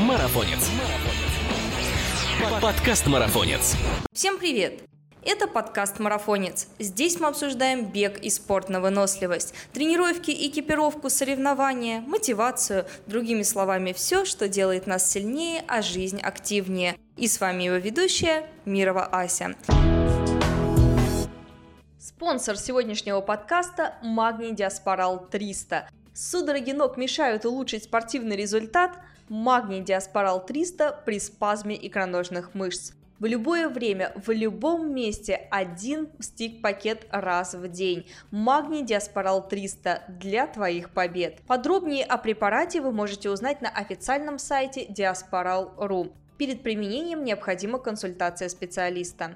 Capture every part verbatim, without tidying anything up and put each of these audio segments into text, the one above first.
Марафонец. Подкаст «Марафонец». Всем привет! Это подкаст «Марафонец». Здесь мы обсуждаем бег и спорт на выносливость, тренировки, экипировку, соревнования, мотивацию, другими словами, все, что делает нас сильнее, а жизнь активнее. И с вами его ведущая Мирова Ася. Спонсор сегодняшнего подкаста – Магний Диаспорал триста. Судороги ног мешают улучшить спортивный результат? Магний Диаспорал триста при спазме икроножных мышц. В любое время, в любом месте один стик-пакет раз в день. Магний Диаспорал триста для твоих побед. Подробнее о препарате вы можете узнать на официальном сайте диаспорал точка ру. Перед применением необходима консультация специалиста.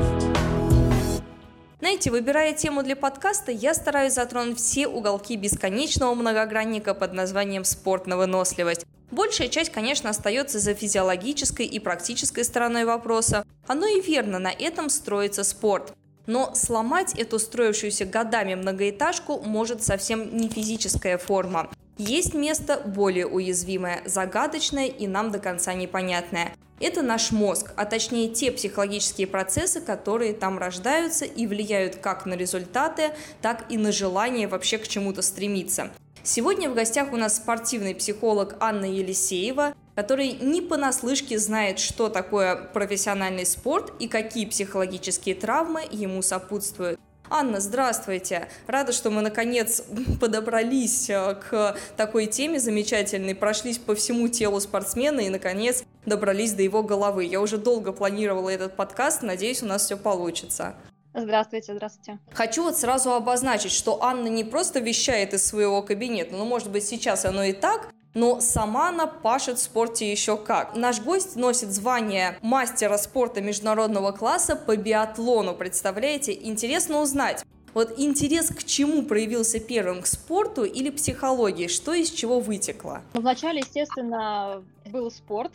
Знаете, выбирая тему для подкаста, я стараюсь затронуть все уголки бесконечного многогранника под названием «Спорт на выносливость». Большая часть, конечно, остается за физиологической и практической стороной вопроса. Оно и верно, на этом строится спорт. Но сломать эту строившуюся годами многоэтажку может совсем не физическая форма. Есть место более уязвимое, загадочное и нам до конца непонятное. Это наш мозг, а точнее те психологические процессы, которые там рождаются и влияют как на результаты, так и на желание вообще к чему-то стремиться. Сегодня в гостях у нас спортивный психолог Анна Елисеева, который не понаслышке знает, что такое профессиональный спорт и какие психологические травмы ему сопутствуют. Анна, здравствуйте! Рада, что мы наконец подобрались к такой теме замечательной, прошлись по всему телу спортсмена и наконец добрались до его головы. Я уже долго планировала этот подкаст, надеюсь, у нас все получится. Здравствуйте, здравствуйте. Хочу вот сразу обозначить, что Анна не просто вещает из своего кабинета, ну, может быть, сейчас оно и так, но сама она пашет в спорте еще как. Наш гость носит звание мастера спорта международного класса по биатлону, представляете? Интересно узнать, вот интерес к чему проявился первым, к спорту или психологии? Что из чего вытекло? Вначале, естественно, был спорт,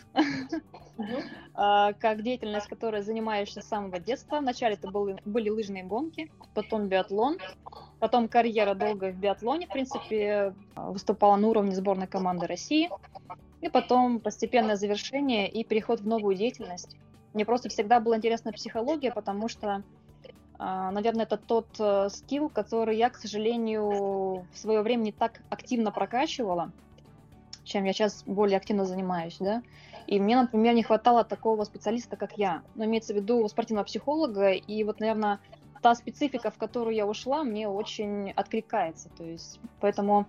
как деятельность, которой занимаешься с самого детства. Вначале это были лыжные гонки, потом биатлон, потом карьера долгая в биатлоне, в принципе, выступала на уровне сборной команды России, и потом постепенное завершение и переход в новую деятельность. Мне просто всегда была интересна психология, потому что, наверное, это тот скилл, который я, к сожалению, в свое время не так активно прокачивала, чем я сейчас более активно занимаюсь, да. И мне, например, не хватало такого специалиста, как я. Но имеется в виду спортивного психолога, и вот, наверное, та специфика, в которую я ушла, мне очень откликается. То есть, поэтому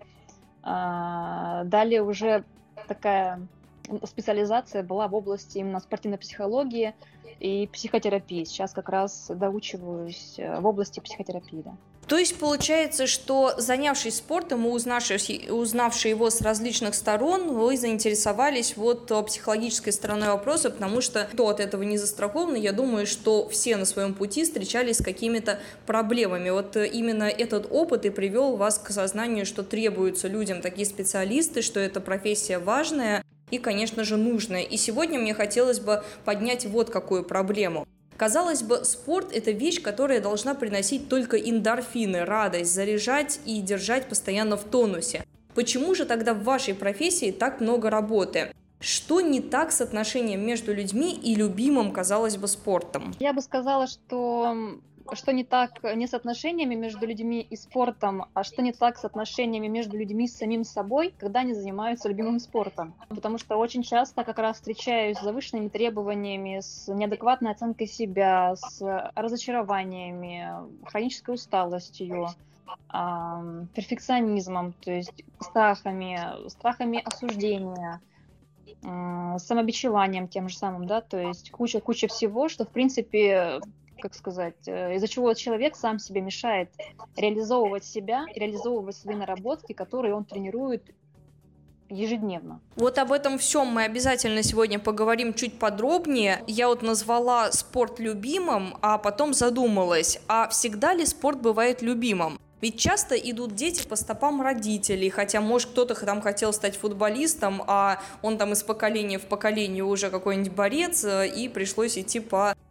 э, далее уже такая специализация была в области именно спортивной психологии и психотерапии. Сейчас как раз доучиваюсь в области психотерапии, да. То есть получается, что занявшись спортом и узнавший, узнавший его с различных сторон, вы заинтересовались вот психологической стороной вопроса, потому что кто от этого не застрахован, я думаю, что все на своем пути встречались с какими-то проблемами. Вот именно этот опыт и привел вас к осознанию, что требуются людям такие специалисты, что эта профессия важная и, конечно же, нужная. И сегодня мне хотелось бы поднять вот какую проблему. Казалось бы, спорт – это вещь, которая должна приносить только эндорфины, радость, заряжать и держать постоянно в тонусе. Почему же тогда в вашей профессии так много работы? Что не так с отношением между людьми и любимым, казалось бы, спортом? Я бы сказала, что что не так не с отношениями между людьми и спортом, а что не так с отношениями между людьми с самим собой, когда они занимаются любимым спортом. Потому что очень часто как раз встречаюсь с завышенными требованиями, с неадекватной оценкой себя, с разочарованиями, хронической усталостью, перфекционизмом, то есть страхами, страхами осуждения, самобичеванием тем же самым, да, то есть куча-куча всего, что, в принципе, как сказать, из-за чего человек сам себе мешает реализовывать себя, реализовывать свои наработки, которые он тренирует ежедневно. Вот об этом всем мы обязательно сегодня поговорим чуть подробнее. Я вот назвала спорт любимым, а потом задумалась, а всегда ли спорт бывает любимым? Ведь часто идут дети по стопам родителей, хотя, может, кто-то там хотел стать футболистом, а он там из поколения в поколение уже какой-нибудь борец, и пришлось идти по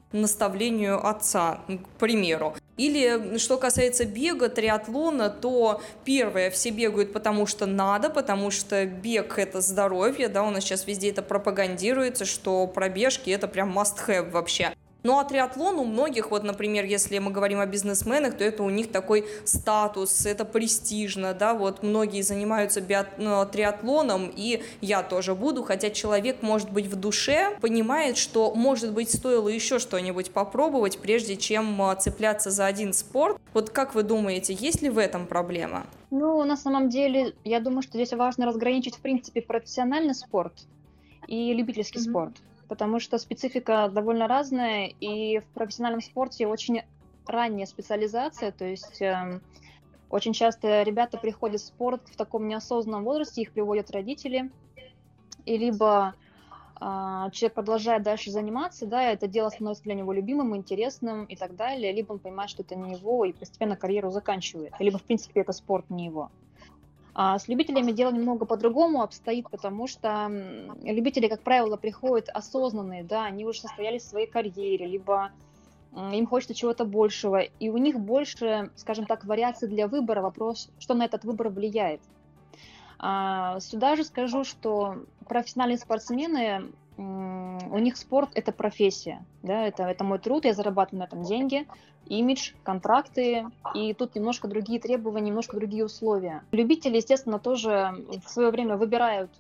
наставлению отца, к примеру. Или что касается бега, триатлона, то первое, все бегают потому что надо, потому что бег – это здоровье, да, у нас сейчас везде это пропагандируется, что пробежки – это прям must-have вообще. Ну а триатлон у многих, вот, например, если мы говорим о бизнесменах, то это у них такой статус, это престижно, да, вот многие занимаются биат... ну, триатлоном, и я тоже буду, хотя человек, может быть, в душе понимает, что, может быть, стоило еще что-нибудь попробовать, прежде чем цепляться за один спорт. Вот как вы думаете, есть ли в этом проблема? Ну, на самом деле, я думаю, что здесь важно разграничить, в принципе, профессиональный спорт и любительский mm-hmm. спорт. Потому что специфика довольно разная, и в профессиональном спорте очень ранняя специализация, то есть э, очень часто ребята приходят в спорт в таком неосознанном возрасте, их приводят родители, и либо э, человек продолжает дальше заниматься, да, это дело становится для него любимым, интересным и так далее, либо он понимает, что это не его, и постепенно карьеру заканчивает, либо, в принципе, это спорт не его. А с любителями дело немного по-другому обстоит, потому что любители, как правило, приходят осознанные, да, они уже состоялись в своей карьере, либо им хочется чего-то большего, и у них больше, скажем так, вариаций для выбора, вопрос, что на этот выбор влияет. А сюда же скажу, что профессиональные спортсмены, у них спорт – это профессия, да, это, это мой труд, я зарабатываю на этом деньги, имидж, контракты, и тут немножко другие требования, немножко другие условия. Любители, естественно, тоже в свое время выбирают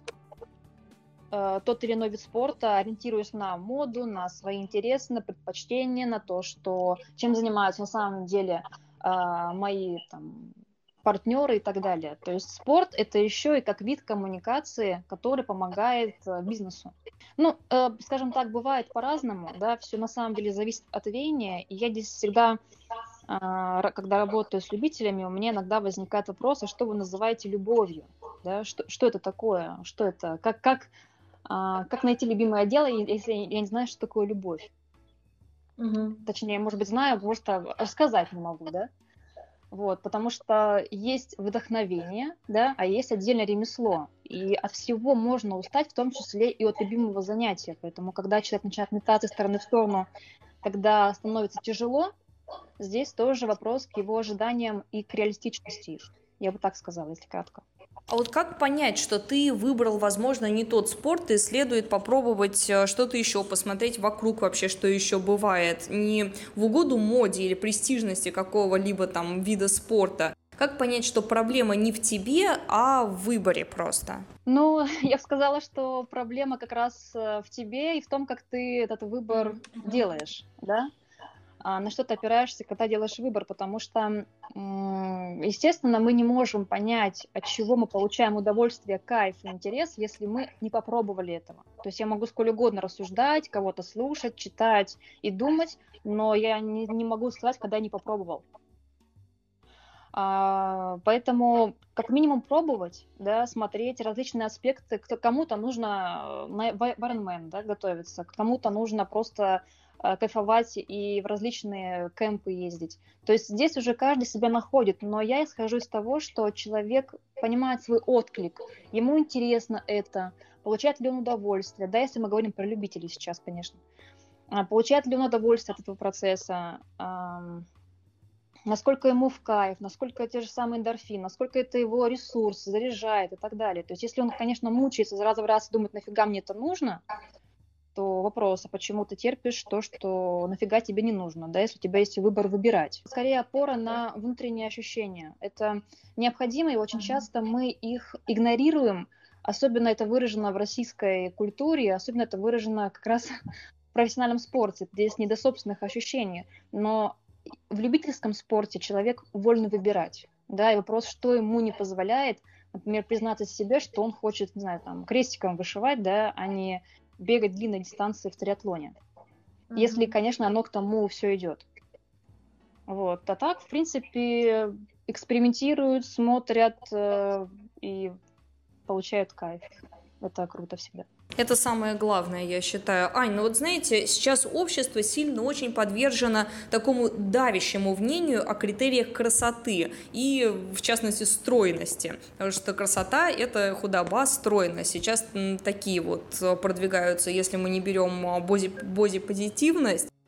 э, тот или иной вид спорта, ориентируясь на моду, на свои интересы, на предпочтения, на то, что, чем занимаются на самом деле э, мои там, партнеры и так далее. То есть спорт – это еще и как вид коммуникации, который помогает э, бизнесу. Ну, э, скажем так, бывает по-разному, да, все на самом деле зависит от веяния, и я здесь всегда, э, когда работаю с любителями, у меня иногда возникает вопрос, а что вы называете любовью, да, что, что это такое, что это, как, как, э, как найти любимое дело, если я не знаю, что такое любовь. Угу. Точнее, может быть, знаю, просто рассказать не могу, да. Вот, потому что есть вдохновение, да, а есть отдельное ремесло. И от всего можно устать, в том числе и от любимого занятия. Поэтому, когда человек начинает метаться из стороны в сторону, когда становится тяжело, здесь тоже вопрос к его ожиданиям и к реалистичности. Я бы так сказала, если кратко. А вот как понять, что ты выбрал, возможно, не тот спорт, и следует попробовать что-то еще, посмотреть вокруг вообще, что еще бывает, не в угоду моде или престижности какого-либо там вида спорта? Как понять, что проблема не в тебе, а в выборе просто? Ну, я бы сказала, что проблема как раз в тебе и в том, как ты этот выбор mm-hmm. делаешь, да? На что ты опираешься, когда делаешь выбор, потому что, естественно, мы не можем понять, от чего мы получаем удовольствие, кайф и интерес, если мы не попробовали этого. То есть я могу сколь угодно рассуждать, кого-то слушать, читать и думать, но я не, не могу сказать, когда не попробовал. А, поэтому как минимум пробовать, да, смотреть различные аспекты. Кому-то нужно на Ironman, да, готовиться, кому-то нужно просто кайфовать и в различные кемпы ездить. То есть здесь уже каждый себя находит, но я исхожу из того, что человек понимает свой отклик, ему интересно это, получает ли он удовольствие, да, если мы говорим про любителей сейчас, конечно, получает ли он удовольствие от этого процесса, насколько ему в кайф, насколько те же самые эндорфины, насколько это его ресурс, заряжает и так далее. То есть если он, конечно, мучается из раза в раз и думает, нафига мне это нужно, то вопрос, а почему ты терпишь то, что нафига тебе не нужно, да, если у тебя есть выбор выбирать. Скорее опора на внутренние ощущения. Это необходимо, и очень часто мы их игнорируем, особенно это выражено в российской культуре, особенно это выражено как раз в профессиональном спорте, здесь не до собственных ощущений, но в любительском спорте человек вольно выбирать, да, и вопрос, что ему не позволяет, например, признаться себе, что он хочет, не знаю, там, крестиком вышивать, да, а не бегать длинные дистанции в триатлоне. Mm-hmm. Если, конечно, оно к тому все идет. Вот. А так, в принципе, экспериментируют, смотрят э, и получают кайф. Это круто всегда. Это самое главное, я считаю. Ань, ну вот знаете, сейчас общество сильно очень подвержено такому давящему мнению о критериях красоты и, в частности, стройности. Потому что красота – это худоба, стройность. Сейчас такие вот продвигаются, если мы не берем боди- бодипозитивность,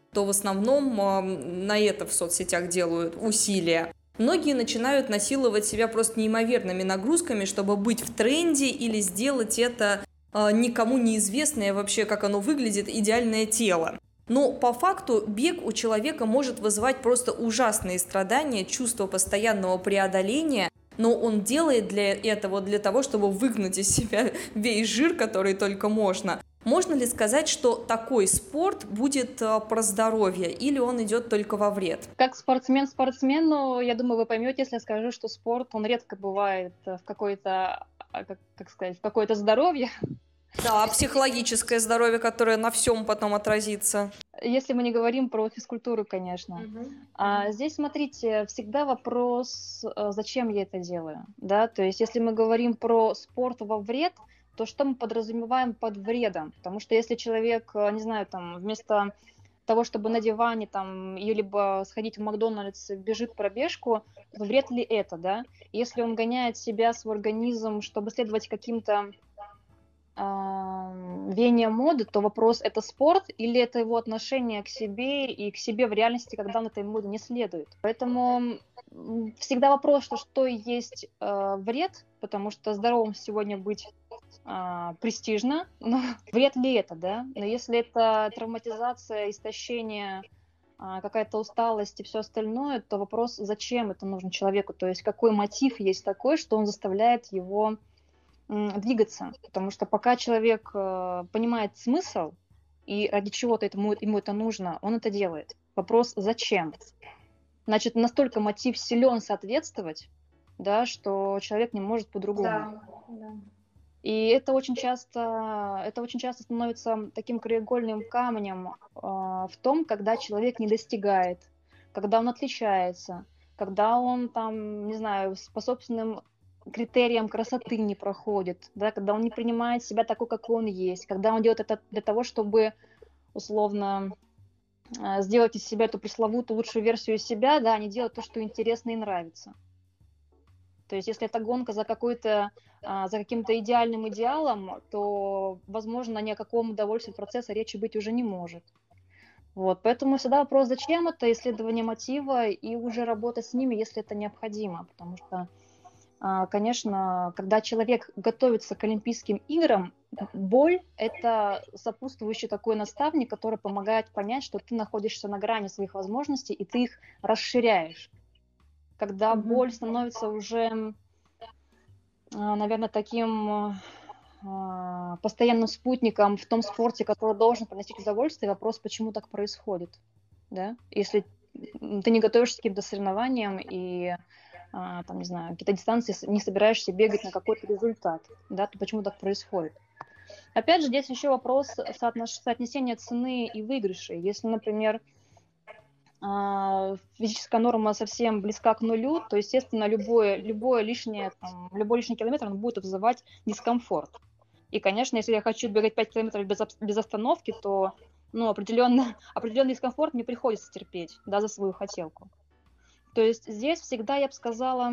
то в основном э, на это в соцсетях делают усилия. Многие начинают насиловать себя просто неимоверными нагрузками, чтобы быть в тренде или сделать это э, никому неизвестное вообще, как оно выглядит, идеальное тело. Но по факту бег у человека может вызывать просто ужасные страдания, чувство постоянного преодоления, но он делает для этого для того, чтобы выгнать из себя весь жир, который только можно. Можно ли сказать, что такой спорт будет про здоровье или он идет только во вред? Как спортсмен спортсмену, я думаю, вы поймете, если я скажу, что спорт, он редко бывает в какое-то, как, как сказать, в какое-то здоровье. Да, психологическое здоровье, которое на всем потом отразится. Если мы не говорим про физкультуру, конечно. Uh-huh. А здесь, смотрите, всегда вопрос, зачем я это делаю, да, то есть если мы говорим про спорт во вред, то что мы подразумеваем под вредом? Потому что если человек, не знаю, там, вместо того, чтобы на диване там, и либо сходить в Макдональдс, бежит пробежку, вред ли это, да? Если он гоняет себя, свой организм, чтобы следовать каким-то веяние моды, то вопрос, это спорт или это его отношение к себе и к себе в реальности, когда он этой моде не следует. Поэтому всегда вопрос, что что есть э, вред, потому что здоровым сегодня быть э, престижно, но вред ли это, да? Но если это травматизация, истощение, э, какая-то усталость и все остальное, то вопрос, зачем это нужно человеку, то есть какой мотив есть такой, что он заставляет его двигаться, потому что пока человек э, понимает смысл и ради чего-то ему, ему это нужно, он это делает. Вопрос, зачем? Значит, настолько мотив силен соответствовать, да, что человек не может по-другому. Да, да. И это очень часто, это очень часто становится таким краеугольным камнем э, в том, когда человек не достигает, когда он отличается, когда он там, не знаю, по собственным критериям красоты не проходит, да, когда он не принимает себя такой, какой он есть, когда он делает это для того, чтобы условно сделать из себя эту пресловутую лучшую версию себя, да, а не делать то, что интересно и нравится. То есть, если это гонка за какой-то, за каким-то идеальным идеалом, то, возможно, ни о каком удовольствии от процесса речи быть уже не может. Вот, поэтому всегда вопрос, зачем это, исследование мотива и уже работа с ними, если это необходимо, потому что конечно, когда человек готовится к Олимпийским играм, боль – это сопутствующий такой наставник, который помогает понять, что ты находишься на грани своих возможностей, и ты их расширяешь. Когда mm-hmm. боль становится уже, наверное, таким постоянным спутником в том спорте, который должен приносить удовольствие, вопрос, почему так происходит. Да? Если ты не готовишься к каким-то соревнованиям и там, не знаю, какие-то дистанции не собираешься бегать на какой-то результат, да, то почему так происходит? Опять же, здесь еще вопрос соотнош... соотнесения цены и выигрышей. Если, например, физическая норма совсем близка к нулю, то, естественно, любое, любое лишнее, там, любой лишний километр он будет вызывать дискомфорт. И, конечно, если я хочу бегать пять километров без, без остановки, то ну, определенно, определенный дискомфорт мне приходится терпеть, да, за свою хотелку. То есть здесь всегда, я бы сказала,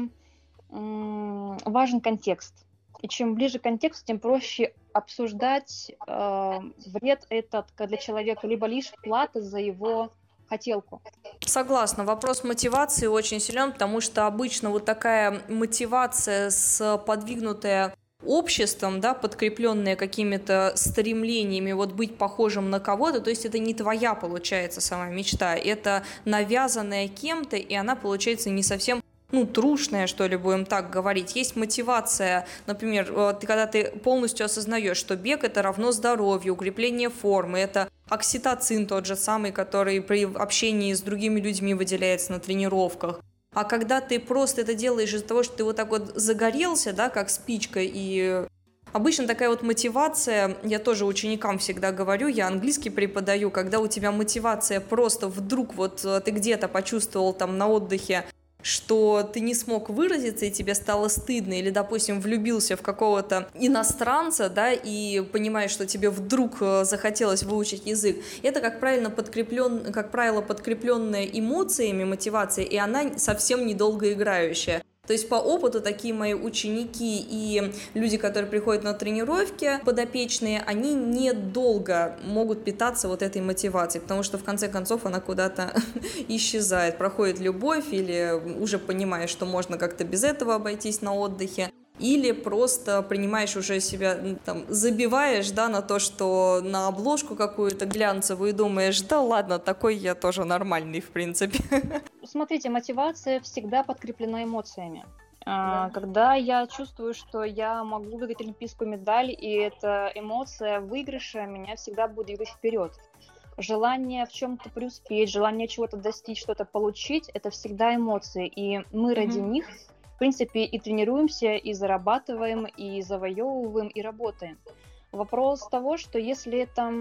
важен контекст. И чем ближе к контексту, тем проще обсуждать э, вред этот для человека, либо лишь плата за его хотелку. Согласна. Вопрос мотивации очень силен, потому что обычно вот такая мотивация, сподвигнутая обществом, да, подкрепленная какими-то стремлениями вот быть похожим на кого-то, то есть это не твоя, получается, сама мечта, это навязанная кем-то, и она, получается, не совсем, ну, трушная, что ли, будем так говорить. Есть мотивация, например, ты, когда ты полностью осознаешь, что бег – это равно здоровью, укрепление формы, это окситоцин тот же самый, который при общении с другими людьми выделяется на тренировках. А когда ты просто это делаешь из-за того, что ты вот так вот загорелся, да, как спичка, и обычно такая вот мотивация, я тоже ученикам всегда говорю, я английский преподаю, когда у тебя мотивация просто вдруг вот ты где-то почувствовал там на отдыхе, что ты не смог выразиться, и тебе стало стыдно, или, допустим, влюбился в какого-то иностранца, да, и понимаешь, что тебе вдруг захотелось выучить язык, это, как правильно, подкреплен, как правило, подкрепленная эмоциями мотивация, и она совсем недолго играющая. То есть по опыту такие мои ученики и люди, которые приходят на тренировки, подопечные, они недолго могут питаться вот этой мотивацией, потому что в конце концов она куда-то исчезает. Проходит любовь или уже понимаешь, что можно как-то без этого обойтись на отдыхе. Или просто принимаешь уже себя, там, забиваешь, да, на то, что на обложку какую-то глянцевую и думаешь, да ладно, такой я тоже нормальный, в принципе. Смотрите, мотивация всегда подкреплена эмоциями. Да. Когда я чувствую, что я могу выиграть олимпийскую медаль, и эта эмоция выигрыша меня всегда будет двигать вперед. Желание в чем-то преуспеть, желание чего-то достичь, что-то получить, это всегда эмоции, и мы ради Мгм. них, в принципе, и тренируемся, и зарабатываем, и завоевываем, и работаем. Вопрос того, что если это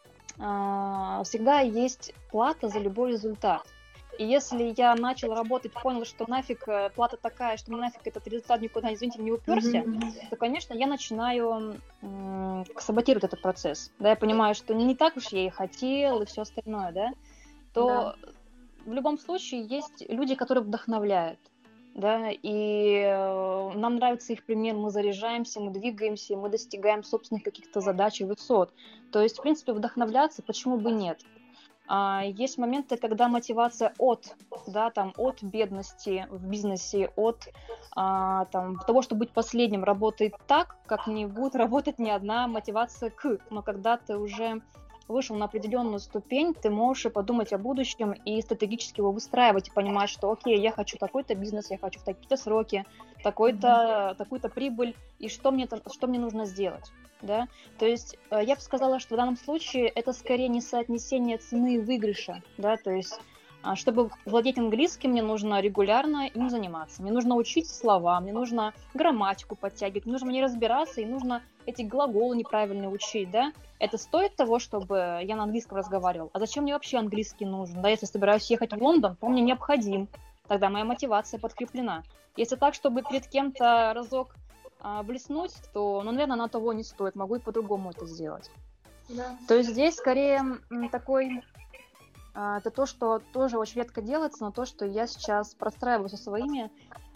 а, всегда есть плата за любой результат. И если я начал работать, понял, что нафиг э, плата такая, что нафиг этот результат никуда, извините, не уперся, Мгм. то, конечно, я начинаю м, саботировать этот процесс. Да, я понимаю, что не так уж я и хотел, и все остальное, да, то в любом случае есть люди, которые вдохновляют. Да, и э, нам нравится их пример, мы заряжаемся, мы двигаемся, мы достигаем собственных каких-то задач и высот. То есть, в принципе, вдохновляться, почему бы нет? А, есть моменты, когда мотивация от, да, там, от бедности в бизнесе, от а, там, того, чтобы быть последним, работает так, как не будет работать ни одна мотивация к. Но когда ты уже вышел на определенную ступень, ты можешь и подумать о будущем и стратегически его выстраивать, и понимать, что окей, я хочу такой-то бизнес, я хочу в такие-то сроки, такой-то, такую-то прибыль, и что мне, что мне нужно сделать. Да? То есть э, я бы сказала, что в данном случае это скорее не соотнесение цены и выигрыша. Да? То есть а, чтобы владеть английским, мне нужно регулярно им заниматься. Мне нужно учить слова, мне нужно грамматику подтягивать, мне нужно в ней разбираться, и нужно эти глаголы неправильно учить. Да? Это стоит того, чтобы я на английском разговаривал? А зачем мне вообще английский нужен? Да? Если собираюсь ехать в Лондон, то он мне необходим. Тогда моя мотивация подкреплена. Если так, чтобы перед кем-то разок а, блеснуть, то, ну, наверное, оно того не стоит. Могу и по-другому это сделать. Да. То есть здесь скорее м, такой... а, это то, что тоже очень редко делается, но то, что я сейчас простраиваю со своими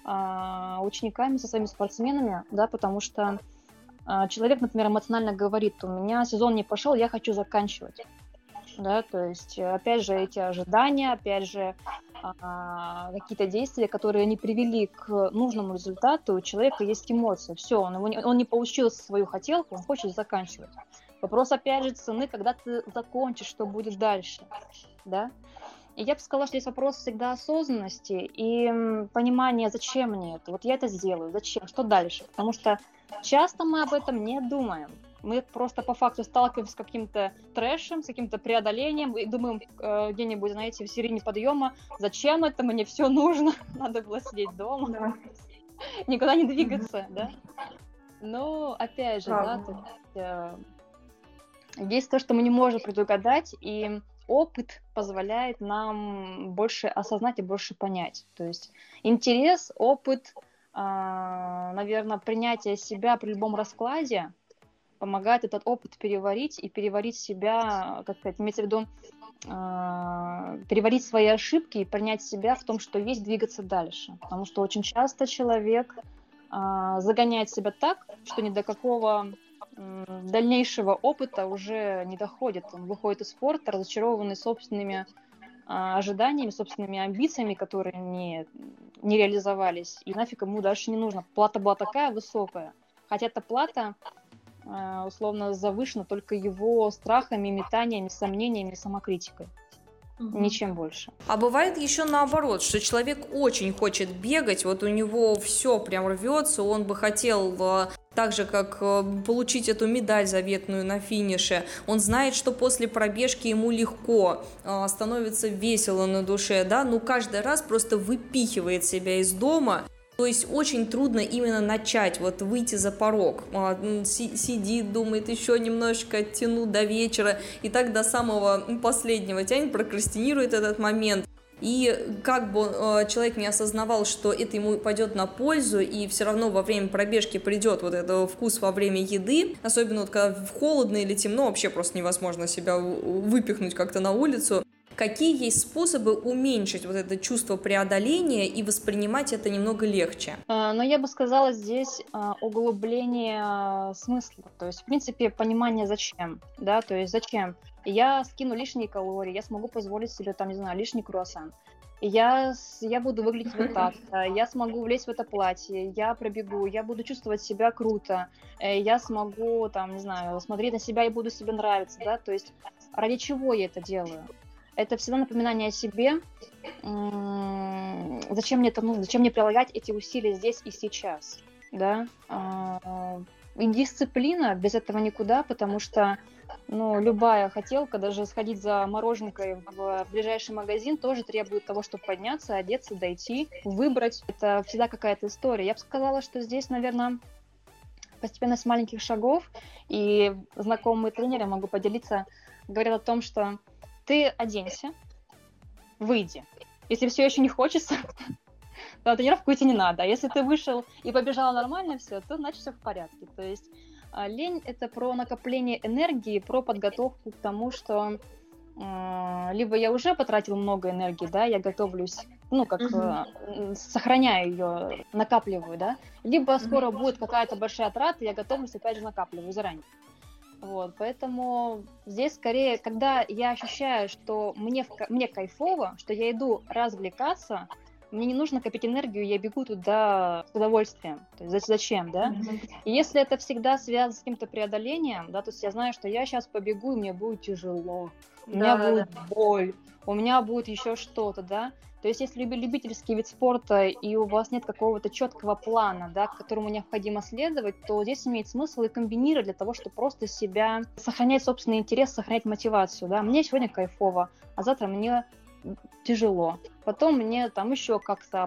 а, учениками, со своими спортсменами, да, потому что а, человек, например, эмоционально говорит, у меня сезон не пошел, я хочу заканчивать. Да, то есть, опять же, эти ожидания, опять же, а, какие-то действия, которые не привели к нужному результату, у человека есть эмоции. Все, он, его не, он не получил свою хотелку, он хочет заканчивать. Вопрос, опять же, цены, когда ты закончишь, что будет дальше. Да? И я бы сказала, что здесь вопрос всегда осознанности и м, понимания, зачем мне это. Вот я это сделаю, зачем, что дальше. Потому что часто мы об этом не думаем. Мы просто по факту сталкиваемся с каким-то трэшем, с каким-то преодолением и думаем э, где-нибудь, знаете, в середине подъема, зачем это, мне все нужно, надо было сидеть дома, Да. никуда не двигаться, да. Но, опять же, да, Правда. то есть, э, есть то, что мы не можем предугадать, и опыт позволяет нам больше осознать и больше понять. То есть интерес, опыт, наверное, принятие себя при любом раскладе помогает этот опыт переварить и переварить себя, как сказать, имеется в виду, а, переварить свои ошибки и принять себя в том, что есть, двигаться дальше. Потому что очень часто человек а, загоняет себя так, что ни до какого м, дальнейшего опыта уже не доходит. Он выходит из спорта, разочарованный собственными а, ожиданиями, собственными амбициями, которые не, не реализовались. И нафиг ему дальше не нужно. Плата была такая высокая. Хотя эта плата условно завышено только его страхами, метаниями, сомнениями, самокритикой. Угу. Ничем больше. А бывает еще наоборот, что человек очень хочет бегать, вот у него все прям рвется, он бы хотел так же, как получить эту медаль заветную на финише. Он знает, что после пробежки ему легко, становится весело на душе, да, но каждый раз просто выпихивает себя из дома. То есть очень трудно именно начать, вот выйти за порог, сидит, думает, еще немножечко оттяну до вечера, и так до самого последнего тянет, прокрастинирует этот момент. И как бы человек не осознавал, что это ему пойдет на пользу, и все равно во время пробежки придет вот этот вкус во время еды, особенно вот когда холодно или темно, вообще просто невозможно себя выпихнуть как-то на улицу. Какие есть способы уменьшить вот это чувство преодоления и воспринимать это немного легче? А, Но я бы сказала здесь а, углубление а, смысла, то есть, в принципе, понимание зачем, да, то есть зачем. Я скину лишние калории, я смогу позволить себе, там, не знаю, лишний круассан. Я, с- я буду выглядеть вот так, а, я смогу влезть в это платье, я пробегу, я буду чувствовать себя круто, э, я смогу, там, не знаю, смотреть на себя и буду себе нравиться, да, то есть ради чего я это делаю? Это всегда напоминание о себе, м, зачем мне это нужно, зачем мне прилагать эти усилия здесь и сейчас, да? А, И дисциплина, без этого никуда, потому что, ну, любая хотелка, даже сходить за мороженкой в ближайший магазин, тоже требует того, чтобы подняться, одеться, дойти, выбрать. Это всегда какая-то история. Я бы сказала, что здесь, наверное, постепенно с маленьких шагов, и знакомые тренеры, могу поделиться, говорят о том, что ты оденься, выйди. Если все еще не хочется, то на тренировку идти не надо. А если ты вышел и побежал нормально все, то значит все в порядке. То есть а, лень это про накопление энергии, про подготовку к тому, что а, либо я уже потратил много энергии, да, я готовлюсь, ну, как Мгм. а, м, сохраняю ее, накапливаю, да, либо скоро будет какая-то большая трата, я готовлюсь, опять же, накапливаю заранее. Вот, поэтому здесь скорее, когда я ощущаю, что мне, в ка- мне кайфово, что я иду развлекаться, мне не нужно копить энергию, я бегу туда с удовольствием. То есть за- зачем, да? И если это всегда связано с каким-то преодолением, да, то есть я знаю, что я сейчас побегу, и мне будет тяжело, у меня Да, будет боль, у меня будет еще что-то, да. То есть если люби- любительский вид спорта, и у вас нет какого-то четкого плана, да, к которому необходимо следовать, то здесь имеет смысл и комбинировать для того, чтобы просто себя сохранять собственный интерес, сохранять мотивацию, да. Мне сегодня кайфово, а завтра мне тяжело. Потом мне там еще как-то, а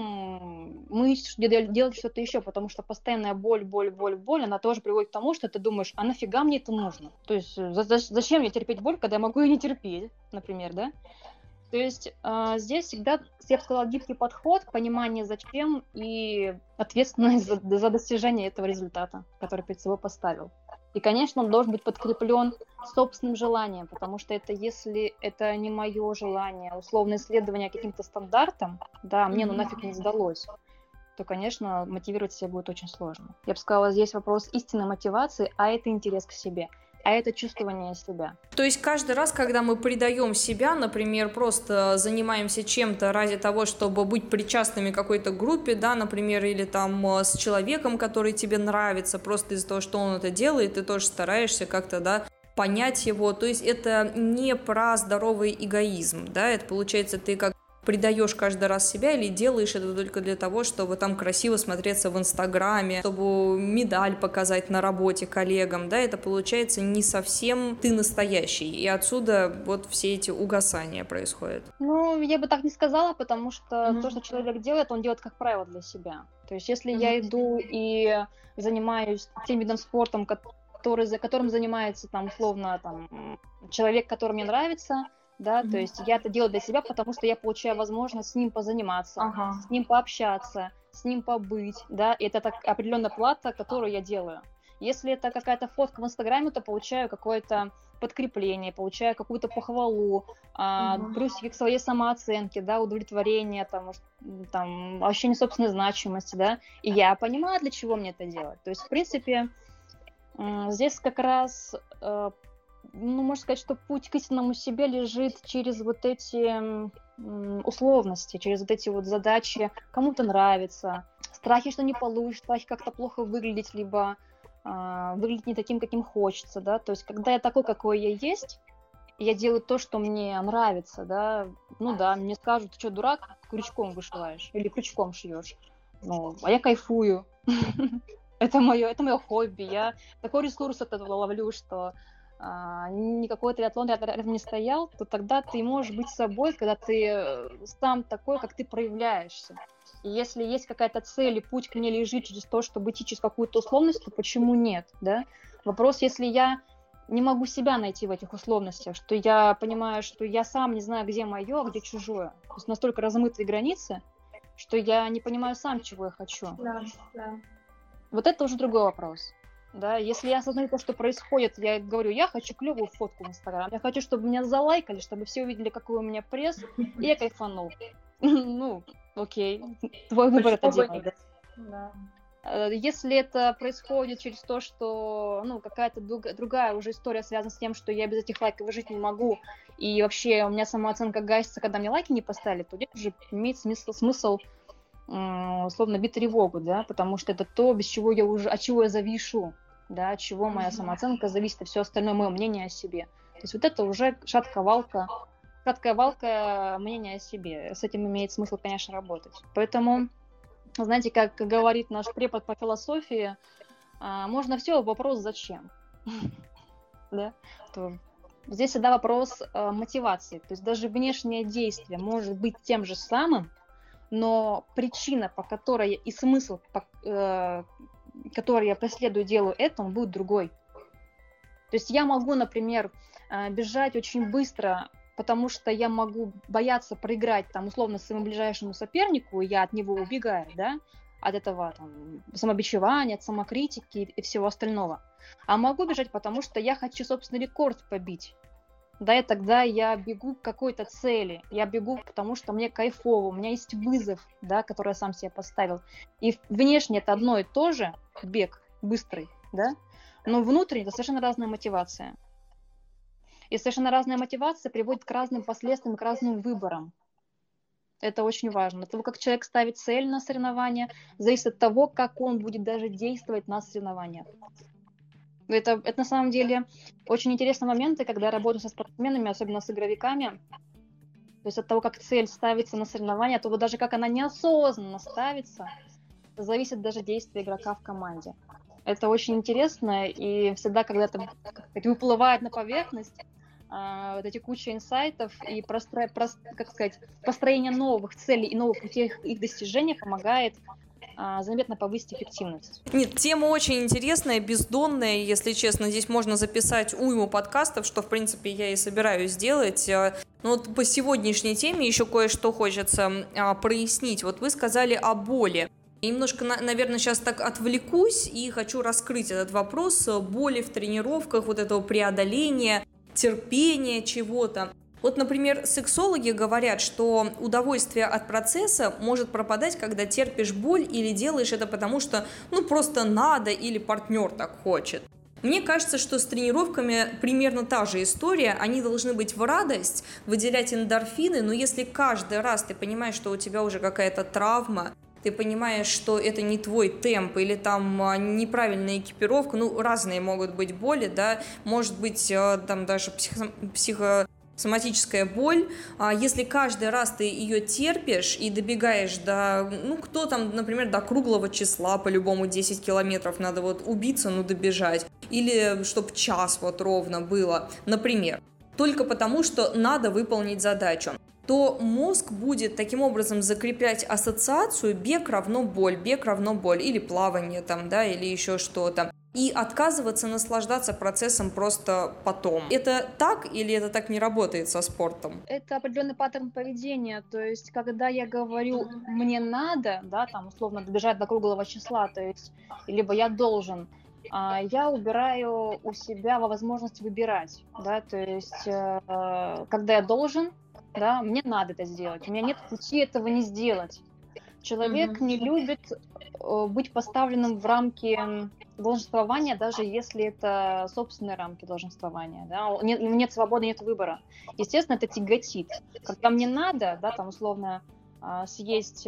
потом мы ш- де- делать что-то еще, потому что постоянная боль, боль, боль, боль, она тоже приводит к тому, что ты думаешь, а нафига мне это нужно? То есть э, за- за- зачем мне терпеть боль, когда я могу и не терпеть, например, да? То есть а, здесь всегда, я бы сказала, гибкий подход, понимание зачем и ответственность за, за достижение этого результата, который перед собой поставил. И, конечно, он должен быть подкреплен собственным желанием, потому что это если это не мое желание, условное исследование каким-то стандартам, да, мне ну Мгм. нафиг не сдалось, то, конечно, мотивировать себя будет очень сложно. Я бы сказала, здесь вопрос истинной мотивации, а это интерес к себе, а это чувствование себя. То есть каждый раз, когда мы предаем себя, например, просто занимаемся чем-то ради того, чтобы быть причастными к какой-то группе, да, например, или там э, с человеком, который тебе нравится, просто из-за того, что он это делает, ты тоже стараешься как-то, да, понять его. То есть это не про здоровый эгоизм, да, это получается ты как предаешь каждый раз себя или делаешь это только для того, чтобы там красиво смотреться в Инстаграме, чтобы медаль показать на работе коллегам, да, это получается не совсем ты настоящий, и отсюда вот все эти угасания происходят. Ну, я бы так не сказала, потому что то, Мгм. что человек делает, он делает, как правило, для себя. То есть, если Мгм. я иду и занимаюсь тем видом спортом, который, за которым занимается там условно там м, человек, который мне нравится, да, то Мгм. есть я это делаю для себя, потому что я получаю возможность с ним позаниматься, Ага. с ним пообщаться, с ним побыть, да, и это так определенная плата, которую я делаю. Если это какая-то фотка в Инстаграме, то получаю какое-то подкрепление, получаю какую-то похвалу, а, Мгм. плюсики к своей самооценке, да, удовлетворение, там, может, м, там, ощущение собственной значимости, да, и я понимаю, для чего мне это делать. То есть, в принципе, м, здесь как раз, э, ну, можно сказать, что путь к истинному себе лежит через вот эти м, м, условности, через вот эти вот задачи, кому-то нравится, страхи, что не получишь, страхи как-то плохо выглядеть, либо а, выглядеть не таким, каким хочется, да, то есть, когда я такой, какой я есть, я делаю то, что мне нравится, да. Ну да, мне скажут: "Ты чё, дурак, крючком вышиваешь или крючком шьешь?" Ну, а я кайфую. Это мое, это мое хобби. Я такой ресурс от этого ловлю, что а, никакой триатлон рядом рядом не стоял, то тогда ты можешь быть собой, когда ты э, сам такой, как ты проявляешься. И если есть какая-то цель, и путь к ней лежит через то, чтобы идти через какую-то условность, то почему нет, да? Вопрос, если я не могу себя найти в этих условностях, что я понимаю, что я сам не знаю, где мое, а где чужое. То есть настолько размытые границы, что я не понимаю сам, чего я хочу. Да, да. Вот это уже другой вопрос. Да, если я осознаю то, что происходит, я говорю, я хочу клевую фотку в Инстаграм, я хочу, чтобы меня залайкали, чтобы все увидели, какой у меня пресс, и я кайфанул. Ну, окей, твой выбор это делать. Да. Если это происходит через то, что, ну, какая-то другая уже история связана с тем, что я без этих лайков жить не могу, и вообще у меня самооценка гасится, когда мне лайки не поставили, то здесь уже имеет смысл, смысл условно бить тревогу, да, потому что это то, без чего я уже, от чего я завишу, да, от чего моя самооценка зависит, и все остальное мое мнение о себе. То есть вот это уже шатковалка, шаткая валка мнения о себе. С этим имеет смысл, конечно, работать. Поэтому, знаете, как говорит наш препод по философии, можно все, вопрос зачем. Да? Здесь всегда вопрос мотивации. То есть даже внешнее действие может быть тем же самым, но причина, по которой и смысл, по, э, который я преследую, делаю это, он будет другой. То есть я могу, например, бежать очень быстро, потому что я могу бояться проиграть там условно своему ближайшему сопернику, и я от него убегаю, да, от этого там, самобичевания, от самокритики и всего остального. А могу бежать, потому что я хочу собственный рекорд побить. Да, и тогда я бегу к какой-то цели, я бегу, потому что мне кайфово, у меня есть вызов, да, который я сам себе поставил. И внешне это одно и то же, бег быстрый, да, но внутренне это совершенно разная мотивация. И совершенно разная мотивация приводит к разным последствиям, к разным выборам. Это очень важно. От того, как человек ставит цель на соревнования, зависит от того, как он будет даже действовать на соревнованиях. Это, это на самом деле очень интересные моменты, когда я работаю со спортсменами, особенно с игровиками. То есть от того, как цель ставится на соревнования, то вот даже как она неосознанно ставится, зависит даже действие игрока в команде. Это очень интересно, и всегда, когда это выплывает на поверхность, вот эти куча инсайтов и простро... Прост... как сказать, построение новых целей и новых путей их достижения помогает заметно повысить эффективность. Нет, тема очень интересная, бездонная, если честно. Здесь можно записать уйму подкастов, что, в принципе, я и собираюсь сделать. Но вот по сегодняшней теме еще кое-что хочется прояснить. Вот вы сказали о боли. Я немножко, наверное, сейчас так отвлекусь и хочу раскрыть этот вопрос боли в тренировках, вот этого преодоления, терпения чего-то. Вот, например, сексологи говорят, что удовольствие от процесса может пропадать, когда терпишь боль или делаешь это потому, что ну просто надо или партнер так хочет. Мне кажется, что с тренировками примерно та же история. Они должны быть в радость, выделять эндорфины, но если каждый раз ты понимаешь, что у тебя уже какая-то травма, ты понимаешь, что это не твой темп или там неправильная экипировка, ну разные могут быть боли, да, может быть там даже психо... психо... соматическая боль, если каждый раз ты ее терпишь и добегаешь до, ну, кто там, например, до круглого числа, по-любому десять километров надо вот убиться, ну, добежать, или чтобы час вот ровно было, например, только потому, что надо выполнить задачу, то мозг будет таким образом закреплять ассоциацию бег равно боль, бег равно боль, или плавание там, да, или еще что-то. И отказываться наслаждаться процессом просто потом. Это так или это так не работает со спортом? Это определенный паттерн поведения. То есть, когда я говорю «мне надо», да, там условно добежать до круглого числа, то есть, либо «я должен», я убираю у себя возможность выбирать, да, то есть, когда я должен, да, мне надо это сделать, у меня нет пути этого не сделать. Человек mm-hmm. не любит быть поставленным в рамки долженствования, даже если это собственные рамки долженствования. Да? Нет, нет свободы, нет выбора. Естественно, это тяготит. Когда мне надо, да, там, условно, съесть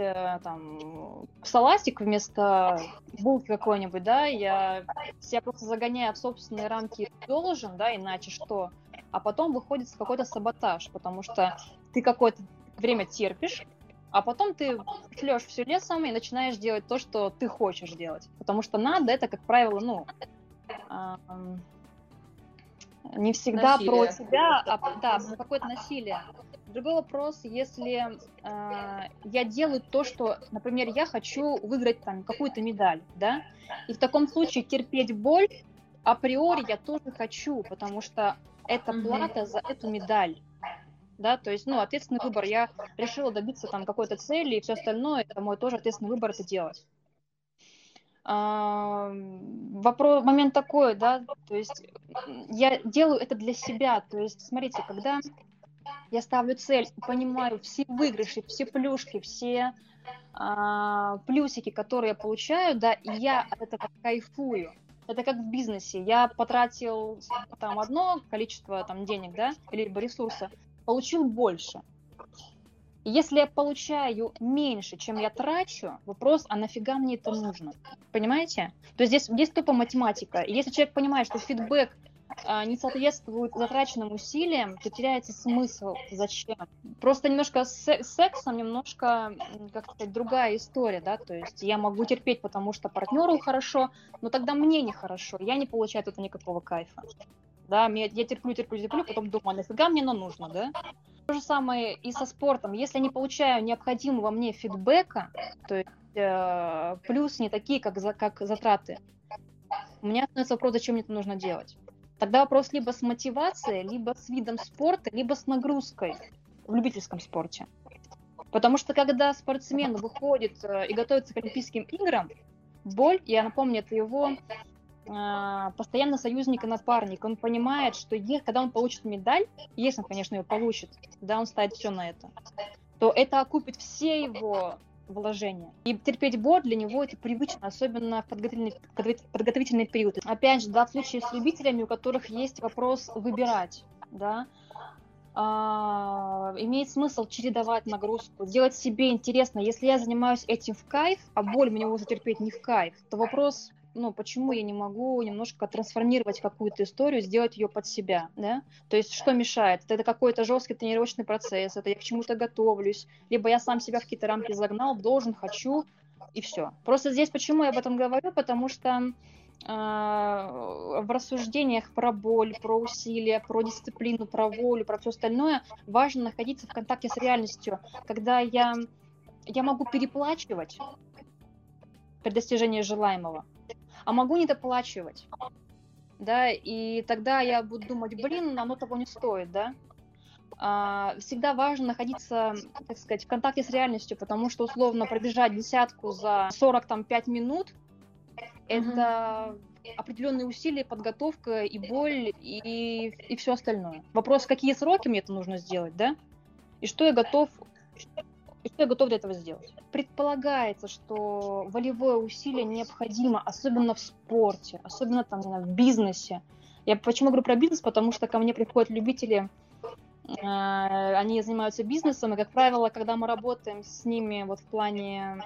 там, салатик вместо булки какой-нибудь, да, я себя просто загоняю в собственные рамки должен, да, иначе что? А потом выходит какой-то саботаж, потому что ты какое-то время терпишь, а потом ты шлешь все лесом и начинаешь делать то, что ты хочешь делать. Потому что надо, это, как правило, ну, э, не всегда насилие. Про тебя, а да, про какое-то насилие. Другой вопрос, если э, я делаю то, что, например, я хочу выиграть там какую-то медаль, да, и в таком случае терпеть боль априори я тоже хочу, потому что это плата за эту медаль. Да, то есть, ну, ответственный выбор. Я решила добиться там какой-то цели, и все остальное, это мой тоже ответственный выбор это делать. А, вопрос, момент такой, да, то есть я делаю это для себя. То есть, смотрите, когда я ставлю цель, понимаю все выигрыши, все плюшки, все а, плюсики, которые я получаю, да, и я от этого кайфую. Это как в бизнесе. Я потратил там одно количество там, денег, да, либо ресурса, получил больше. И если я получаю меньше, чем я трачу, вопрос, а нафига мне это нужно? Понимаете? То есть здесь, здесь тупо математика. И если человек понимает, что фидбэк а, не соответствует затраченным усилиям, то теряется смысл. Зачем? Просто немножко с сексом, немножко, как сказать, другая история, да, то есть я могу терпеть, потому что партнеру хорошо, но тогда мне нехорошо, я не получаю от этого никакого кайфа. Да, я терплю, терплю, терплю, потом думаю, а нафига мне оно нужно, да? То же самое и со спортом. Если я не получаю необходимого мне фидбэка, то есть э, плюс не такие, как, за, как затраты, у меня становится вопрос, зачем мне это нужно делать. Тогда вопрос либо с мотивацией, либо с видом спорта, либо с нагрузкой в любительском спорте. Потому что когда спортсмен выходит э, и готовится к Олимпийским играм, боль, я напомню, это его э, постоянно союзник и напарник. Он понимает, что е- когда он получит медаль, если он, конечно, ее получит, да, он ставит все на это, то это окупит все его вложения. И терпеть боль для него это привычно, особенно в подготовительный, подготовительный период. Опять же, да, в случае с любителями, у которых есть вопрос выбирать, да, а, имеет смысл чередовать нагрузку, делать себе интересно. Если я занимаюсь этим в кайф, а боль мне уже терпеть не в кайф, то вопрос, ну, почему я не могу немножко трансформировать какую-то историю, сделать ее под себя, да? То есть что мешает? Это какой-то жесткий тренировочный процесс, это я к чему-то готовлюсь, либо я сам себя в какие-то рамки загнал, должен, хочу, и все. Просто здесь почему я об этом говорю? Потому что в рассуждениях про боль, про усилия, про дисциплину, про волю, про все остальное важно находиться в контакте с реальностью, когда я, я могу переплачивать при достижении желаемого, а могу недоплачивать, да, и тогда я буду думать, блин, оно того не стоит, да. А, всегда важно находиться, так сказать, в контакте с реальностью, потому что, условно, пробежать десятку за сорок пять минут, это определенные усилия, подготовка и боль, и, и все остальное. Вопрос, какие сроки мне это нужно сделать, да? И что я готов, и что я готов для этого сделать. Предполагается, что волевое усилие необходимо, особенно в спорте, особенно там, в бизнесе. Я почему говорю про бизнес? Потому что ко мне приходят любители, э, они занимаются бизнесом, и, как правило, когда мы работаем с ними вот в плане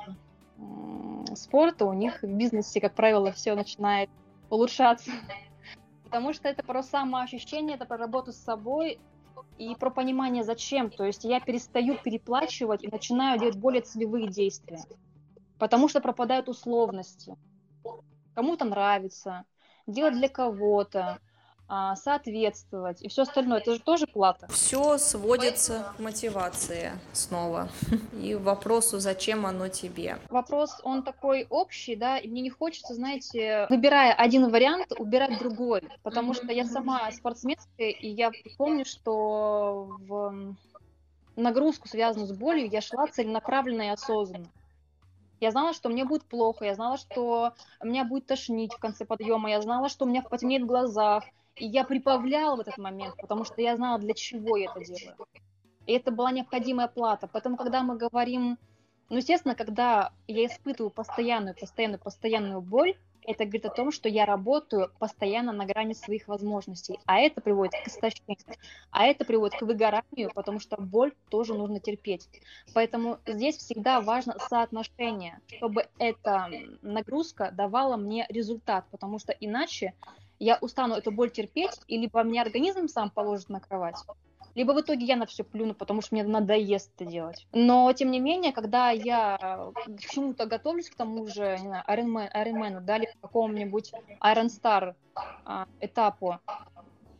спорта, у них в бизнесе, как правило, все начинает улучшаться. Потому что это про самоощущение, это про работу с собой и про понимание, зачем. То есть я перестаю переплачивать и начинаю делать более целевые действия. Потому что пропадают условности. Кому-то нравится, делать для кого-то, соответствовать и все остальное. Это же тоже плата. Все сводится к мотивации снова и вопросу, зачем оно тебе. Вопрос, он такой общий, да, и мне не хочется, знаете, выбирая один вариант, убирать другой, потому что я сама спортсменская, и я помню, что в нагрузку, связанную с болью, я шла целенаправленно и осознанно. Я знала, что мне будет плохо, я знала, что меня будет тошнить в конце подъема, я знала, что у меня потемнеет в глазах, и я прибавляла в этот момент, потому что я знала, для чего я это делаю. И это была необходимая плата. Поэтому, когда мы говорим, ну, естественно, когда я испытываю постоянную, постоянную, постоянную боль, это говорит о том, что я работаю постоянно на грани своих возможностей. А это приводит к истощению, а это приводит к выгоранию, потому что боль тоже нужно терпеть. Поэтому здесь всегда важно соотношение, чтобы эта нагрузка давала мне результат, потому что иначе я устану эту боль терпеть, и либо меня организм сам положит на кровать, либо в итоге я на все плюну, потому что мне надоест это делать. Но, тем не менее, когда я к чему-то готовлюсь, к тому же, не знаю, Ironman, Ironman, да, или к какому-нибудь Iron Star а, этапу,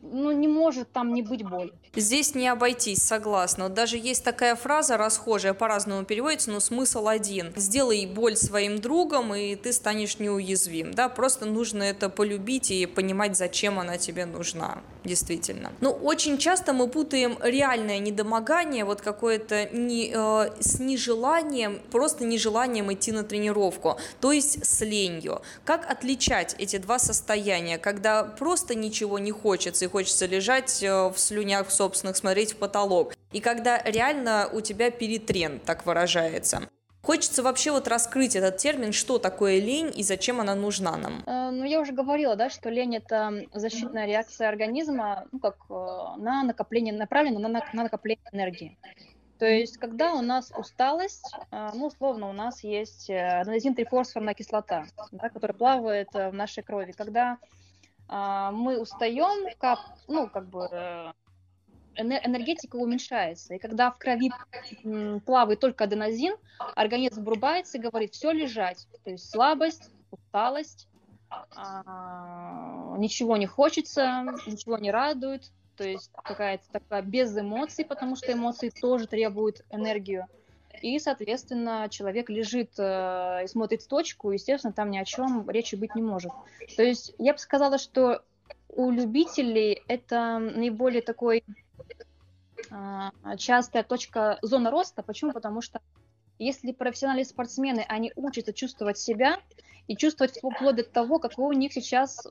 ну, не может там не быть боли. Здесь не обойтись, согласна. Вот даже есть такая фраза расхожая, по-разному переводится, но смысл один. Сделай боль своим другом, и ты станешь неуязвим. Да? Просто нужно это полюбить и понимать, зачем она тебе нужна. Действительно. Но очень часто мы путаем реальное недомогание, вот какое-то не, э, с нежеланием, просто нежеланием идти на тренировку, то есть с ленью. Как отличать эти два состояния, когда просто ничего не хочется и хочется лежать э, в слюнях в собственных, смотреть в потолок, и когда реально у тебя перетрен, так выражается? Хочется вообще вот раскрыть этот термин, что такое лень и зачем она нужна нам. Э, Ну, я уже говорила, да, что лень это защитная реакция организма, ну, как э, на накопление, направлена на, на на накопление энергии. То есть, когда у нас усталость, э, ну, условно, у нас есть э, аденозин-трифосфорная кислота, да, которая плавает э, в нашей крови. Когда а, мы устаем, как, ну, как бы э, эне- энергетика уменьшается. И когда в крови м, плавает только аденозин, организм врубается и говорит: все лежать. То есть слабость, усталость, а, ничего не хочется, ничего не радует. То есть какая-то такая без эмоций, потому что эмоции тоже требуют энергию. И, соответственно, человек лежит э, и смотрит в точку, и, естественно, там ни о чем речи быть не может. То есть я бы сказала, что у любителей это наиболее такой а, частая точка зона роста. Почему? Потому что если профессиональные спортсмены, они учатся чувствовать себя и чувствовать вплоть до того, какой у них сейчас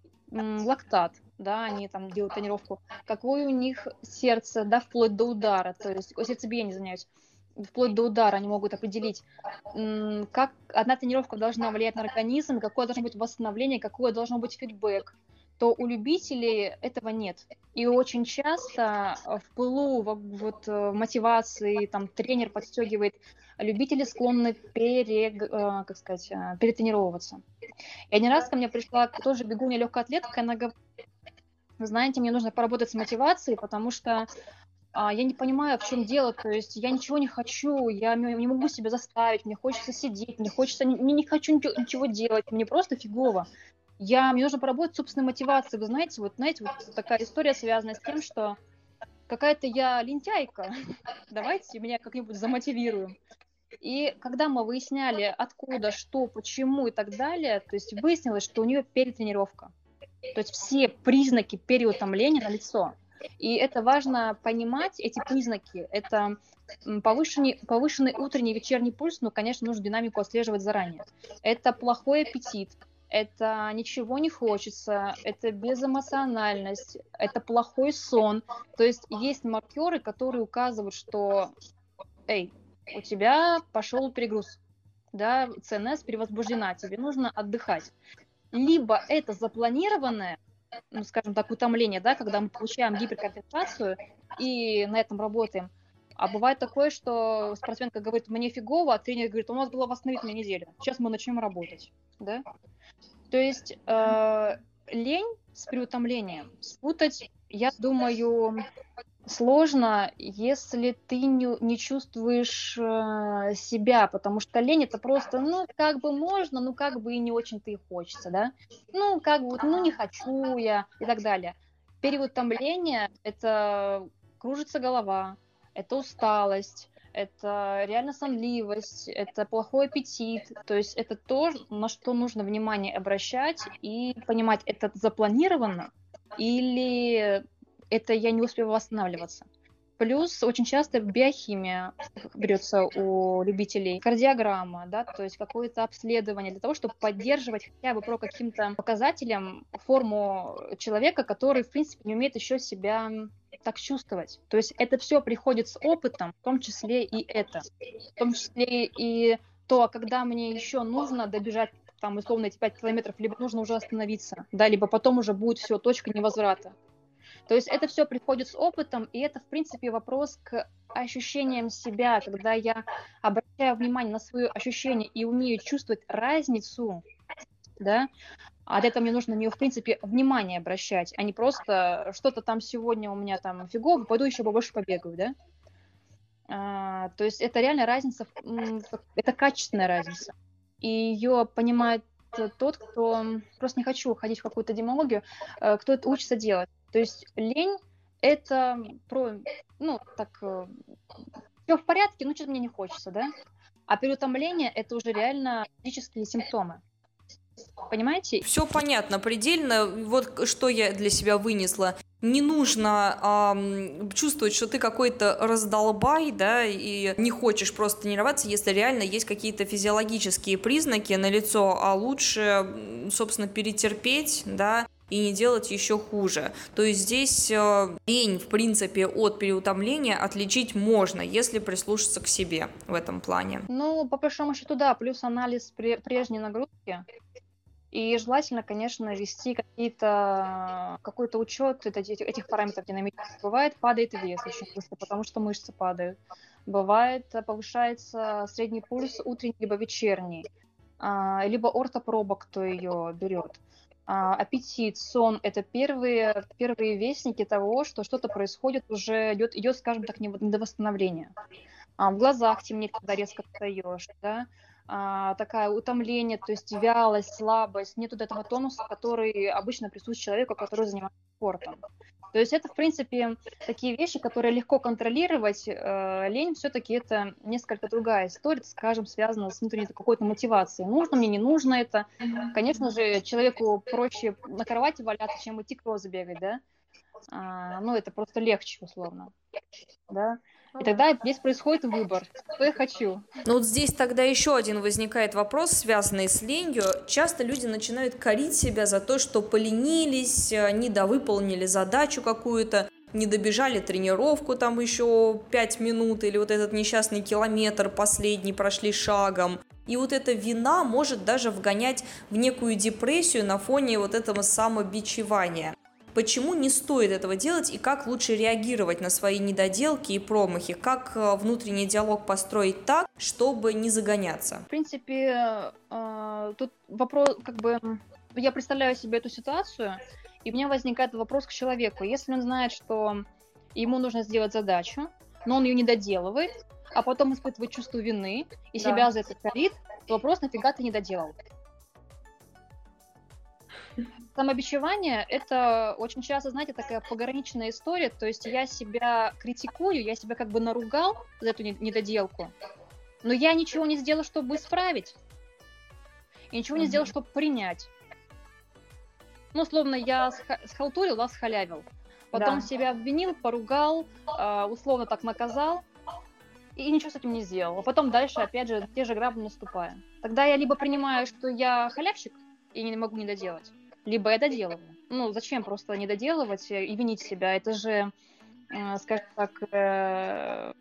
м, лактат, да, они там делают тренировку, какое у них сердце, да, вплоть до удара, то есть о, сердцебиение, извиняюсь, вплоть до удара они могут определить, м, как одна тренировка должна влиять на организм, какое должно быть восстановление, какое должно быть фидбэк, то у любителей этого нет. И очень часто э, в пылу, во- вот, э, мотивации, там, тренер подстегивает, любители склонны пере, г- э, как сказать, э, перетренировываться. И один раз ко мне пришла тоже бегунья легкая атлетка, и она говорит: вы знаете, мне нужно поработать с мотивацией, потому что а, я не понимаю, в чем дело, то есть я ничего не хочу, я не не могу себя заставить, мне хочется сидеть, мне хочется, не, не хочу ничего, ничего делать, мне просто фигово. Я, мне нужно поработать с собственной мотивацией. Вы знаете, вот, знаете, вот такая история связана с тем, что какая-то я лентяйка, давайте меня как-нибудь замотивируем. И когда мы выясняли, откуда, что, почему и так далее, то есть выяснилось, что у нее перетренировка. То есть все признаки переутомления налицо. И это важно понимать, эти признаки. Это м, повышенный, повышенный утренний и вечерний пульс, но, конечно, нужно динамику отслеживать заранее. Это плохой аппетит, это ничего не хочется, это безэмоциональность, это плохой сон. То есть есть маркеры, которые указывают, что, эй, у тебя пошел перегруз, да, ЦНС перевозбуждена, тебе нужно отдыхать. Либо это запланированное, ну, скажем так, утомление, да, когда мы получаем гиперкомпенсацию и на этом работаем. А бывает такое, что спортсменка говорит: мне фигово, а тренер говорит: у нас была восстановительная неделя, сейчас мы начнем работать, да. То есть э, лень с переутомлением спутать, я думаю, сложно, если ты не, не чувствуешь э, себя, потому что лень это просто, ну, как бы можно, ну, как бы и не очень-то и хочется, да, ну, как бы, вот, ну, не хочу я и так далее. Переутомление – это кружится голова, это усталость, это реально сонливость, это плохой аппетит, то есть это то, на что нужно внимание обращать и понимать, это запланировано или это я не успею восстанавливаться. Плюс очень часто биохимия берется у любителей, кардиограмма, да, то есть какое-то обследование для того, чтобы поддерживать хотя бы по каким-то показателям форму человека, который, в принципе, не умеет еще себя так чувствовать. То есть это все приходит с опытом, в том числе и это. В том числе и то, когда мне еще нужно добежать там условно эти пять километров, либо нужно уже остановиться, да, либо потом уже будет все, точка невозврата. То есть это все приходит с опытом, и это, в принципе, вопрос к ощущениям себя, когда я обращаю внимание на свое ощущение и умею чувствовать разницу, да, а от этого мне нужно на нее, в принципе, внимание обращать, а не просто что-то там сегодня у меня там фигово, пойду еще побольше побегаю, да. А, то есть это реально разница, это качественная разница. И ее понимает тот, кто, просто не хочу уходить в какую-то демагогию, кто это учится делать. То есть лень это про, ну, так, все в порядке, ну, что-то мне не хочется, да? А переутомление это уже реально физические симптомы. Понимаете? Все понятно, предельно. Вот что я для себя вынесла. Не нужно а, чувствовать, что ты какой-то раздолбай, да, и не хочешь просто тренироваться, если реально есть какие-то физиологические признаки налицо, а лучше, собственно, перетерпеть, да, и не делать еще хуже. То есть здесь э, лень, в принципе, от переутомления отличить можно, если прислушаться к себе в этом плане. Ну, по большому счету, да, плюс анализ пре- прежней нагрузки. И желательно, конечно, вести какие-то, какой-то учет этих, этих параметров динамических. Бывает, падает вес очень быстро, потому что мышцы падают. Бывает, повышается средний пульс утренний либо вечерний. Либо ортопроба, кто ее берет. Аппетит, сон – это первые, первые вестники того, что что-то происходит, уже идет, идет, скажем так, недовосстановление. В глазах темнеет, когда резко встаешь, да? А, такая утомление, то есть вялость, слабость, нет вот этого тонуса, который обычно присущ человеку, который занимается спортом. То есть это, в принципе, такие вещи, которые легко контролировать. Э, лень все-таки это несколько другая история, скажем, связана с внутренней какой-то мотивацией. Нужно мне, не нужно это. Конечно же, человеку проще на кровати валяться, чем идти к розы бегать, да? А, ну, это просто легче, условно, да? И тогда здесь происходит выбор, что я хочу. Ну вот здесь тогда еще один возникает вопрос, связанный с ленью. Часто люди начинают корить себя за то, что поленились, недовыполнили задачу какую-то, не добежали тренировку там еще пять минут, или вот этот несчастный километр последний прошли шагом. И вот эта вина может даже вгонять в некую депрессию на фоне вот этого самобичевания. Почему не стоит этого делать и как лучше реагировать на свои недоделки и промахи? Как внутренний диалог построить так, чтобы не загоняться? В принципе, тут вопрос, как бы, я представляю себе эту ситуацию, и у меня возникает вопрос к человеку. Если он знает, что ему нужно сделать задачу, но он ее не доделывает, а потом испытывает чувство вины и да. себя за это корит, то вопрос, нафига ты не доделал? Самобичевание – это очень часто, знаете, такая пограничная история, то есть я себя критикую, я себя как бы наругал за эту недоделку, но я ничего не сделал, чтобы исправить, и ничего не сделал, чтобы принять. Ну, условно, я схалтурил, да, схалявил, потом да. себя обвинил, поругал, условно так наказал, и ничего с этим не сделал, а потом дальше, опять же, те же грабли наступая. Тогда я либо принимаю, что я халявщик и не могу не доделать, либо я доделываю. Ну, зачем просто не доделывать и винить себя? Это же, э, скажем так, э,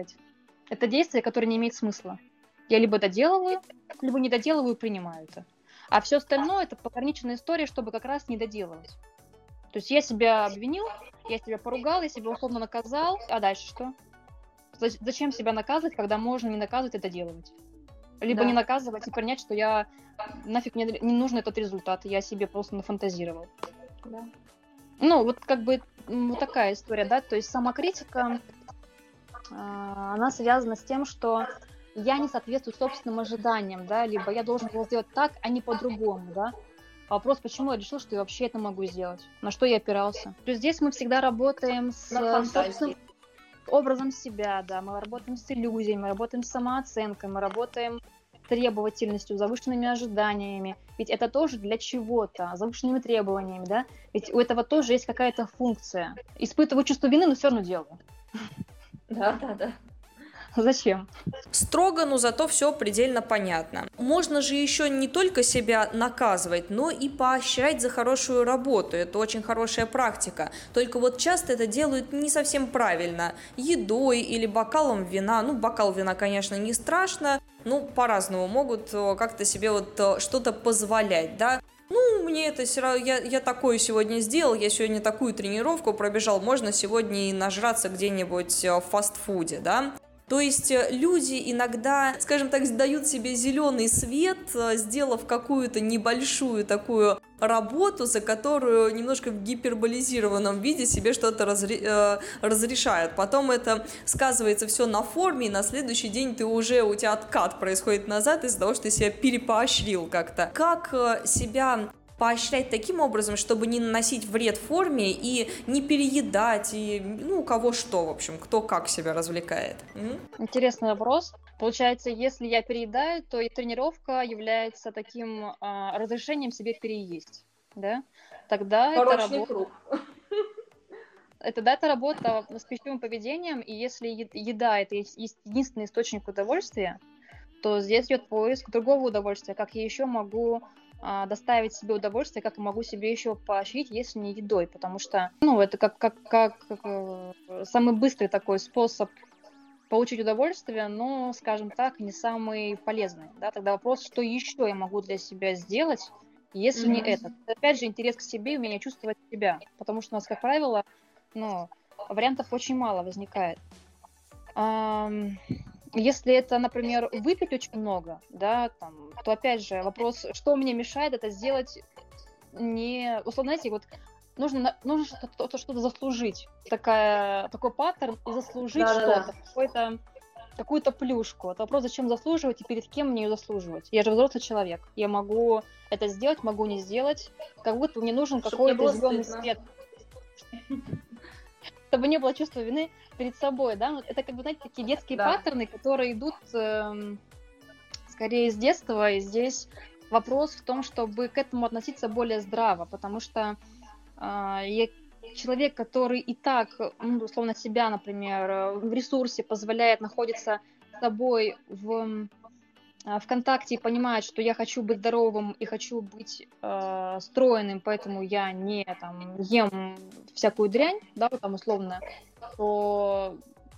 это действие, которое не имеет смысла. Я либо доделываю, либо не доделываю и принимаю это. А все остальное – это пограничная история, чтобы как раз не доделывать. То есть я себя обвинил, я себя поругал, я себя условно наказал, а дальше что? Зачем себя наказывать, когда можно не наказывать и доделывать? Либо да. не наказывать и принять, что я нафиг мне не нужен этот результат, я себе просто нафантазировал. Да. Ну, вот как бы вот такая история, да, то есть самокритика, э, она связана с тем, что я не соответствую собственным ожиданиям, да, либо я должен был сделать так, а не по-другому, да. Вопрос, почему я решил, что я вообще это могу сделать, на что я опирался. То есть здесь мы всегда работаем с собственным образом себя, да, мы работаем с иллюзией, мы работаем с самооценкой, мы работаем с требовательностью, завышенными ожиданиями. Ведь это тоже для чего-то, завышенными требованиями, да? Ведь у этого тоже есть какая-то функция. Испытываю чувство вины, но все равно делаю. Да, да, да. Зачем? Строго, но зато все предельно понятно. Можно же еще не только себя наказывать, но и поощрять за хорошую работу. Это очень хорошая практика. Только вот часто это делают не совсем правильно. Едой или бокалом вина. Ну, бокал вина, конечно, не страшно. Ну, по-разному могут как-то себе вот что-то позволять, да. Ну, мне это все равно, я, я такое сегодня сделал, я сегодня такую тренировку пробежал, можно сегодня и нажраться где-нибудь в фастфуде, да. То есть люди иногда, скажем так, дают себе зеленый свет, сделав какую-то небольшую такую работу, за которую немножко в гиперболизированном виде себе что-то разре- э, разрешают. Потом это сказывается все на форме, и на следующий день ты уже, у тебя откат происходит назад из-за того, что ты себя перепоощрил как-то. Как себя поощрять таким образом, чтобы не наносить вред форме и не переедать, и, ну, у кого что, в общем, кто как себя развлекает? М? Интересный вопрос. Получается, если я переедаю, то и тренировка является таким а, разрешением себе переесть, да? Тогда это Порочный работа, круг. это, да, это работа с пищевым поведением, и если е- еда это есть есть единственный источник удовольствия, то здесь идет поиск другого удовольствия, как я еще могу а, доставить себе удовольствие, как я могу себе еще поощрить, если не едой, потому что, ну, это как, как, как, как, э, самый быстрый такой способ получить удовольствие, но, скажем так, не самый полезный, да, тогда вопрос, что еще я могу для себя сделать, если не Мгм. это. Опять же, интерес к себе, умение чувствовать себя, потому что у нас, как правило, ну, вариантов очень мало возникает. Ам, Если это, например, выпить очень много, да, там, то опять же вопрос, что мне мешает это сделать не... Условно, знаете, вот нужно, на- нужно что-то, что-то заслужить. Такая, такой паттерн, и заслужить Да-да-да. что-то, какой-то, какую-то плюшку. Вот вопрос, зачем заслуживать и перед кем мне ее заслуживать. Я же взрослый человек. Я могу это сделать, могу не сделать. Как будто мне нужен Чтоб не какой-то было зеленый стыдно. свет, чтобы не было чувства вины перед собой, да. Вот это, как бы, знаете, такие детские Да. паттерны, которые идут эм, скорее с детства, и здесь вопрос в том, чтобы к этому относиться более здраво, потому что а, я человек, который и так, ну, условно, себя, например, э, в ресурсе позволяет находиться с собой в, м, а, в контакте и понимает, что я хочу быть здоровым и хочу быть э, стройным, поэтому я не там ем всякую дрянь, да, вот там условно, то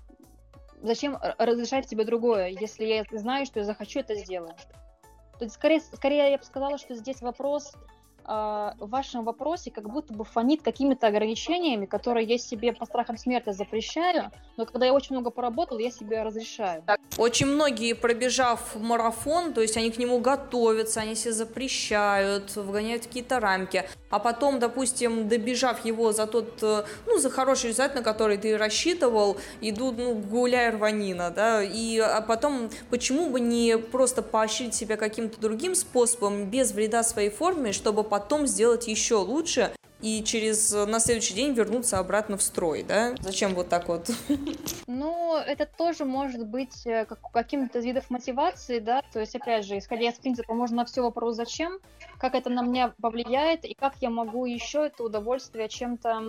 зачем р- разрешать себе другое, если я знаю, что я захочу, это сделаю. То есть, скорее, скорее я бы сказала, что здесь вопрос а, в вашем вопросе как будто бы фонит какими-то ограничениями, которые я себе по страхам смерти запрещаю, но когда я очень много поработала, я себе разрешаю. Очень многие, пробежав марафон, то есть они к нему готовятся, они себе запрещают, вгоняют в какие-то рамки, а потом, допустим, добежав его за тот, э, ну, за хороший результат, на который ты рассчитывал, идут, ну, гуляй рванина, да, и а потом, почему бы не просто поощрить себя каким-то другим способом, без вреда своей форме, чтобы потом сделать еще лучше и через, на следующий день вернуться обратно в строй, да? Зачем вот так вот? Ну, это тоже может быть э, как, каким-то из видов мотивации, да, то есть, опять же, исходя из принципа, можно на все вопрос «зачем?», как это на меня повлияет, и как я могу еще это удовольствие чем-то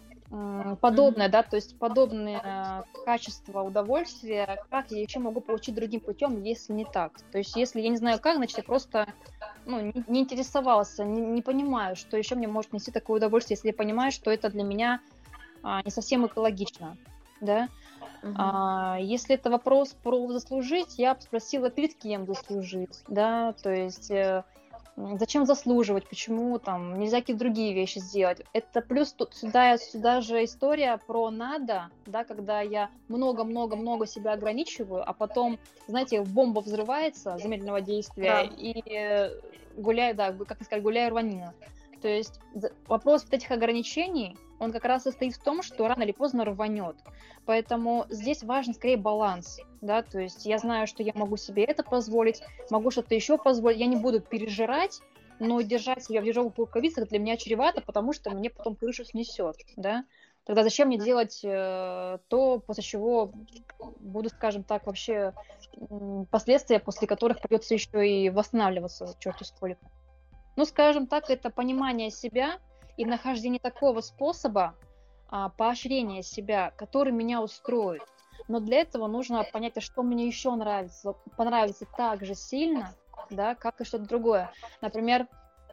м, подобное, да, то есть подобное э, качество удовольствия, как я еще могу получить другим путем, если не так. То есть, если я не знаю как, значит, я просто ну, не, не интересовался, не, не понимаю, что еще мне может нести такое удовольствие, если я понимаю, что это для меня а, не совсем экологично, да. Мгм. А, если это вопрос про заслужить, я бы спросила, перед кем заслужить, да, то есть э, м, зачем заслуживать, почему там нельзя какие-то другие вещи сделать. Это плюс тут сюда, сюда же история про надо, да, когда я много-много-много себя ограничиваю, а потом, знаете, бомба взрывается замедленного действия, Да. и э, гуляю, да, как сказать, гуляю рванина. То есть за- вопрос вот этих ограничений, он как раз состоит в том, что рано или поздно рванет. Поэтому здесь важен скорее баланс, да, то есть я знаю, что я могу себе это позволить, могу что-то еще позволить, я не буду пережирать, но держать себя в ежовых рукавицах для меня чревато, потому что мне потом крышу снесет, да. Тогда зачем мне делать э, то, после чего буду, скажем так, вообще м, последствия, после которых придется еще и восстанавливаться, черти сколько. Ну, скажем так, это понимание себя и нахождение такого способа а, поощрения себя, который меня устроит. Но для этого нужно понять, а что мне еще нравится, понравится так же сильно, да, как и что-то другое. Например,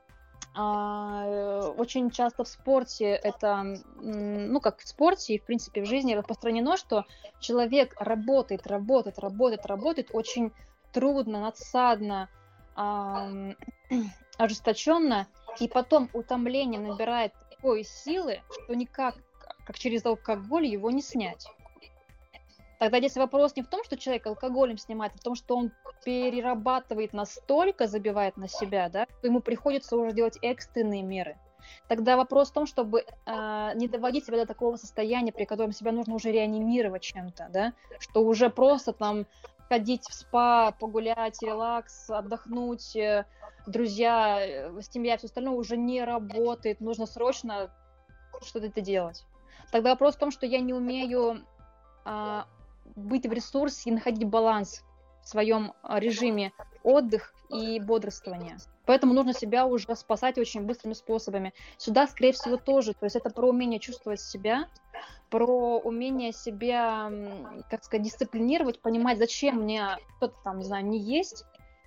а, э, очень часто в спорте это, м, ну, как в спорте и, в принципе, в жизни распространено, что человек работает, работает, работает, работает очень трудно, надсадно, ам, ожесточенно, и потом утомление набирает такой силы, что никак, как через алкоголь, его не снять. Тогда здесь вопрос не в том, что человек алкоголем снимает, а в том, что он перерабатывает настолько, забивает на себя, да, что ему приходится уже делать экстренные меры. Тогда вопрос в том, чтобы э, не доводить себя до такого состояния, при котором себя нужно уже реанимировать чем-то, да, что уже просто там ходить в спа, погулять, релакс, отдохнуть, э, друзья, э, семья, все остальное уже не работает, нужно срочно что-то это делать. Тогда вопрос в том, что я не умею а, быть в ресурсе и находить баланс в своем а, режиме отдых и бодрствования. Поэтому нужно себя уже спасать очень быстрыми способами. Сюда, скорее всего, тоже. То есть это про умение чувствовать себя, про умение себя, м, как сказать, дисциплинировать, понимать, зачем мне что-то там, не знаю, не есть,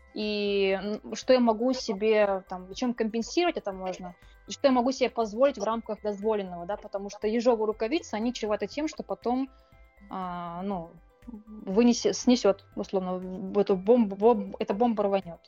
и м, что я могу себе, там, чем компенсировать это можно, и что я могу себе позволить в рамках дозволенного, да, потому что ежовые рукавицы, они чреваты тем, что потом, а, ну, вынесет, снесет, условно, в эту бомбу, бом- эта бомба рванет.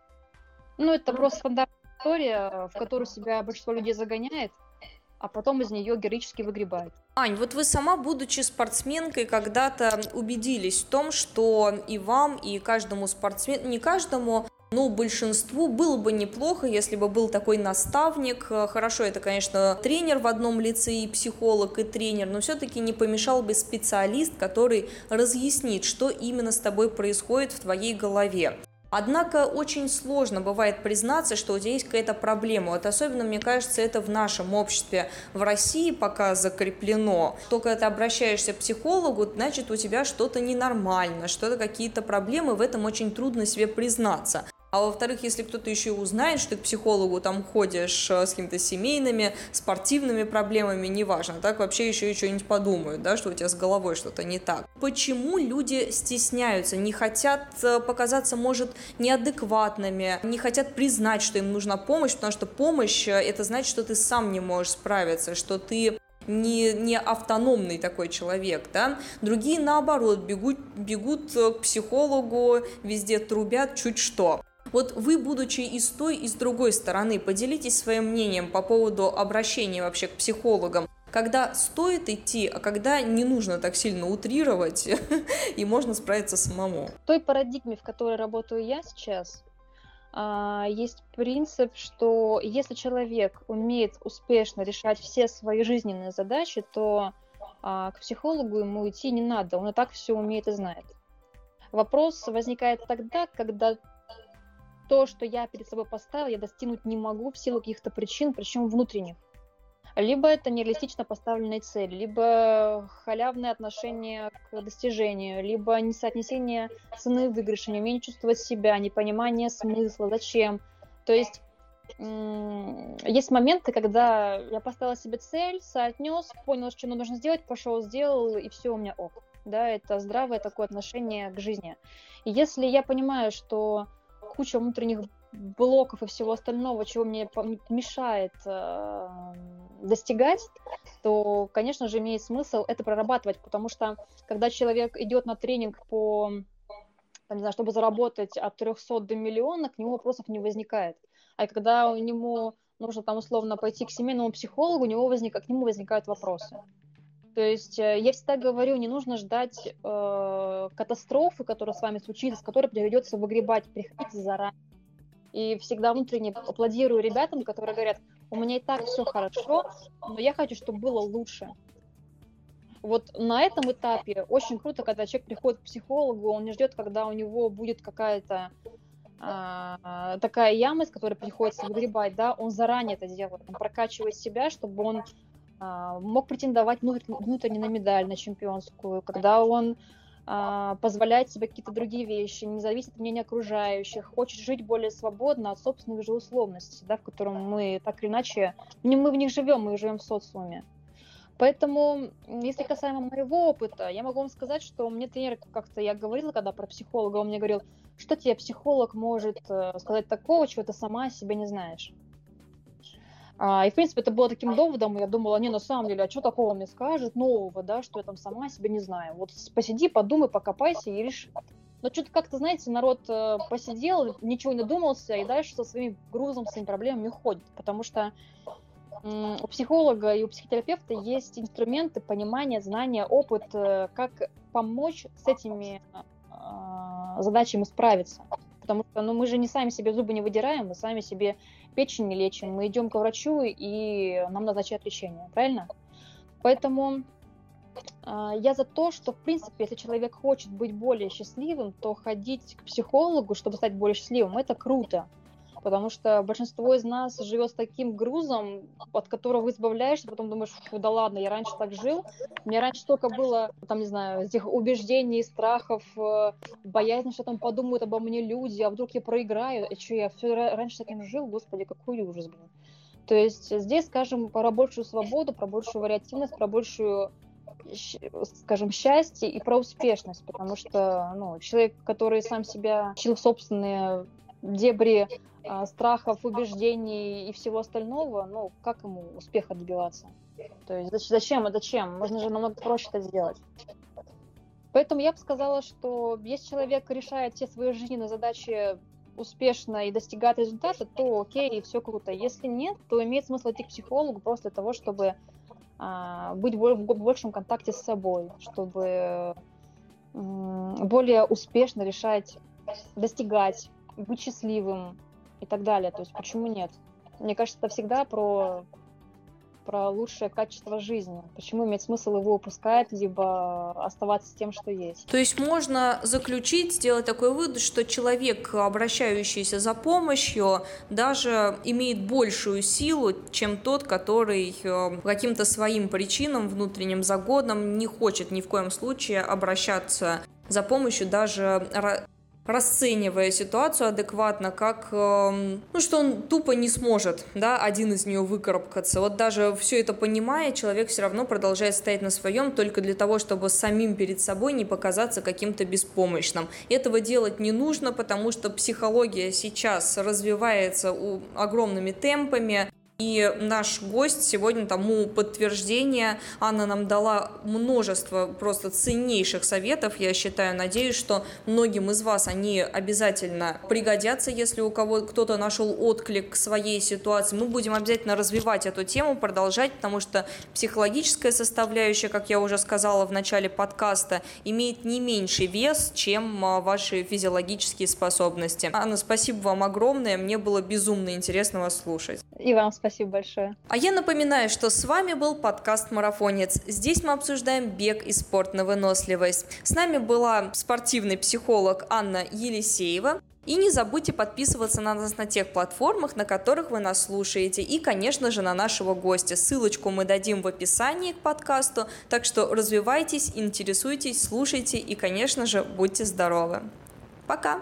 Ну, это просто стандартная история, в которую себя большинство людей загоняет, а потом из нее героически выгребает. Ань, вот вы сама, будучи спортсменкой, когда-то убедились в том, что и вам, и каждому спортсмену, не каждому, но большинству было бы неплохо, если бы был такой наставник. Хорошо, это, конечно, тренер в одном лице, и психолог, и тренер, но все-таки не помешал бы специалист, который разъяснит, что именно с тобой происходит в твоей голове. Однако очень сложно бывает признаться, что у тебя есть какая-то проблема. Вот особенно, мне кажется, это в нашем обществе. В России пока закреплено. Только когда ты обращаешься к психологу, значит, у тебя что-то ненормально, что-то какие-то проблемы, в этом очень трудно себе признаться. А во-вторых, если кто-то еще и узнает, что ты к психологу там ходишь с какими-то семейными, спортивными проблемами, неважно, так вообще еще и что-нибудь подумают, да, что у тебя с головой что-то не так. Почему люди стесняются, не хотят показаться, может, неадекватными, не хотят признать, что им нужна помощь, потому что помощь – это значит, что ты сам не можешь справиться, что ты не, не автономный такой человек, да, другие наоборот бегут, бегут к психологу, везде трубят чуть что. Вот вы, будучи и с той, и с другой стороны, поделитесь своим мнением по поводу обращения вообще к психологам. Когда стоит идти, а когда не нужно так сильно утрировать, и можно справиться самому. В той парадигме, в которой работаю я сейчас, есть принцип, что если человек умеет успешно решать все свои жизненные задачи, то к психологу ему идти не надо, он и так все умеет и знает. Вопрос возникает тогда, когда то, что я перед собой поставила, я достигнуть не могу в силу каких-то причин, причем внутренних. Либо это нереалистично поставленные цели, либо халявное отношение к достижению, либо несоотнесение цены и выигрыша, неумение чувствовать себя, непонимание смысла, зачем. То есть м- есть моменты, когда я поставила себе цель, соотнес, понял, что нужно сделать, пошел, сделал, и все у меня ок. Да, это здравое такое отношение к жизни. И если я понимаю, что куча внутренних блоков и всего остального, чего мне мешает э, достигать, то, конечно же, имеет смысл это прорабатывать, потому что когда человек идет на тренинг по, там, не знаю, чтобы заработать от трехсот до миллиона, к нему вопросов не возникает. А когда у него нужно там условно пойти к семейному психологу, у него возник, к нему возникают вопросы. То есть э, я всегда говорю, не нужно ждать э, катастрофы, которая с вами случится, с которой придется выгребать, приходите заранее. И всегда внутренне аплодирую ребятам, которые говорят, у меня и так все хорошо, но я хочу, чтобы было лучше. Вот на этом этапе очень круто, когда человек приходит к психологу, он не ждет, когда у него будет какая-то а, такая яма, из которой приходится выгребать, да, он заранее это делает, он прокачивает себя, чтобы он а, мог претендовать внутренне на медаль, на чемпионскую, когда он а, позволяет себе какие-то другие вещи, не зависит от мнения окружающих, хочет жить более свободно от собственных же условностей, да, в котором мы так или иначе, не мы в них живем, мы живем в социуме. Поэтому, если касаемо моего опыта, я могу вам сказать, что мне тренер, как-то я говорила, когда про психолога, он мне говорил, что тебе психолог может сказать такого, чего ты сама о себе не знаешь. И, в принципе, это было таким доводом, и я думала, не, на самом деле, а что такого мне скажет нового, да, что я там сама о себе не знаю. Вот посиди, подумай, покопайся и реши. Но что-то как-то, знаете, народ посидел, ничего не додумался, и дальше со своим грузом, своими проблемами уходит, потому что у психолога и у психотерапевта есть инструменты, понимание, знания, опыт, как помочь с этими э, задачами справиться. Потому что ну, мы же не сами себе зубы не выдираем, мы сами себе печень не лечим, мы идем к врачу, и нам назначают лечение, правильно? Поэтому э, я за то, что, в принципе, если человек хочет быть более счастливым, то ходить к психологу, чтобы стать более счастливым, это круто. Потому что большинство из нас живет с таким грузом, от которого избавляешься, потом думаешь, фу, да ладно, я раньше так жил, у меня раньше столько было, там, не знаю, этих убеждений, страхов, боязни, что там подумают обо мне люди, а вдруг я проиграю, и что, я все раньше таким жил, господи, какой ужас, блин. То есть здесь, скажем, про большую свободу, про большую вариативность, про большую, скажем, счастье и про успешность, потому что, ну, человек, который сам себя учил в собственные дебри э, страхов, убеждений и всего остального, ну, как ему успеха добиваться? То есть зачем и зачем? Можно же намного проще это сделать. Поэтому я бы сказала, что если человек решает все свои жизненные задачи успешно и достигает результата, то окей, все круто. Если нет, то имеет смысл идти к психологу просто для того, чтобы а, быть в большем контакте с собой, чтобы м, более успешно решать, достигать, быть счастливым и так далее. То есть почему нет? Мне кажется, это всегда про, про лучшее качество жизни. Почему имеет смысл его упускать, либо оставаться с тем, что есть? То есть можно заключить, сделать такой вывод, что человек, обращающийся за помощью, даже имеет большую силу, чем тот, который по каким-то своим причинам, внутренним загодам, не хочет ни в коем случае обращаться за помощью, даже расценивая ситуацию адекватно, как, ну, что он тупо не сможет, да, один из нее выкарабкаться. Вот даже все это понимая, человек все равно продолжает стоять на своем только для того, чтобы самим перед собой не показаться каким-то беспомощным. Этого делать не нужно, потому что психология сейчас развивается огромными темпами. И наш гость сегодня тому подтверждение. Анна нам дала множество просто ценнейших советов. Я считаю, надеюсь, что многим из вас они обязательно пригодятся, если у кого кто-то нашел отклик к своей ситуации. Мы будем обязательно развивать эту тему, продолжать, потому что психологическая составляющая, как я уже сказала в начале подкаста, имеет не меньший вес, чем ваши физиологические способности. Анна, спасибо вам огромное. Мне было безумно интересно вас слушать. И вам спасибо. Спасибо большое. А я напоминаю, что с вами был подкаст «Марафонец». Здесь мы обсуждаем бег и спорт на выносливость. С нами была спортивный психолог Анна Елисеева. И не забудьте подписываться на нас на тех платформах, на которых вы нас слушаете. И, конечно же, на нашего гостя. Ссылочку мы дадим в описании к подкасту. Так что развивайтесь, интересуйтесь, слушайте и, конечно же, будьте здоровы. Пока!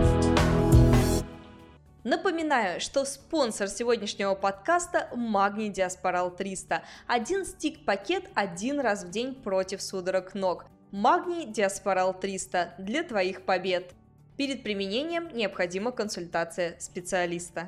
Напоминаю, что спонсор сегодняшнего подкаста – Магний Диаспорал триста. Один стик-пакет один раз в день против судорог ног. Магний Диаспорал триста для твоих побед. Перед применением необходима консультация специалиста.